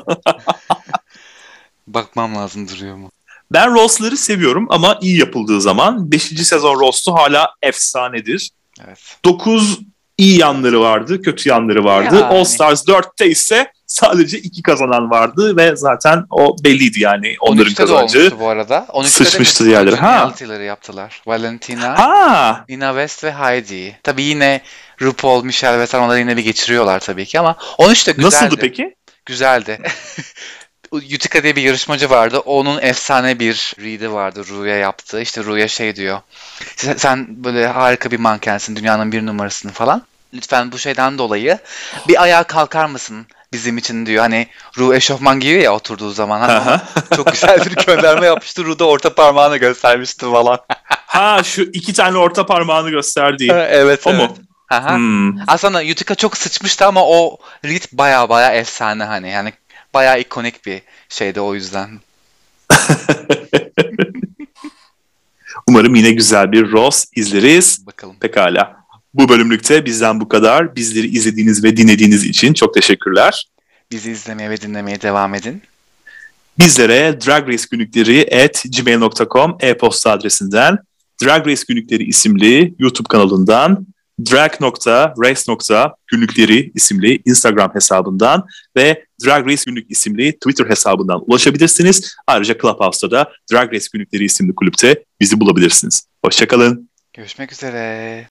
Bakmam lazım, duruyor mu? Ben roastları seviyorum ama iyi yapıldığı zaman. beşinci sezon roastu hala efsanedir. Evet. dokuz iyi yanları vardı, kötü yanları vardı. Yani. All Stars dörtte ise sadece iki kazanan vardı ve zaten o belliydi yani onların kazancı. on üçte de bu arada. on üçte sıçmıştı diğerleri. Ha. Penalty'leri yaptılar. Valentina, ha. Nina West ve Heidi. Tabii yine RuPaul, Michelle vesaire onları yine bir geçiriyorlar tabii ki ama on üçte güzeldi. Nasıldı peki? Güzeldi. Utica diye bir yarışmacı vardı. Onun efsane bir read'i vardı. Rue'ya yaptığı. İşte Rue'ya şey diyor. Sen, sen böyle harika bir mankensin. Dünyanın bir numarasın falan. Lütfen bu şeyden dolayı bir ayağa kalkar mısın bizim için diyor. Hani Rue eşofman giyiyor ya oturduğu zaman. Hani çok güzel bir gönderme yapmıştı. Rue de orta parmağını göstermişti falan. Ha, şu iki tane orta parmağını gösterdiği. Evet, o evet. mu? Hmm. Aslında Utica çok sıçmıştı ama o read baya baya efsane hani. Yani bayağı ikonik bir şeydi o yüzden. Umarım yine güzel bir roast izleriz. Bakalım. Pekala. Bu bölümlükte bizden bu kadar. Bizleri izlediğiniz ve dinlediğiniz için çok teşekkürler. Bizi izlemeye ve dinlemeye devam edin. Bizlere Drag Race Günlükleri at gmail nokta com e-posta adresinden, Drag Race Günlükleri isimli YouTube kanalından, drag nokta race nokta günlükleri isimli Instagram hesabından ve Drag Race Günlük isimli Twitter hesabından ulaşabilirsiniz. Ayrıca Clubhouse'da da Drag Race Günlükleri isimli kulüpte bizi bulabilirsiniz. Hoşçakalın. Görüşmek üzere.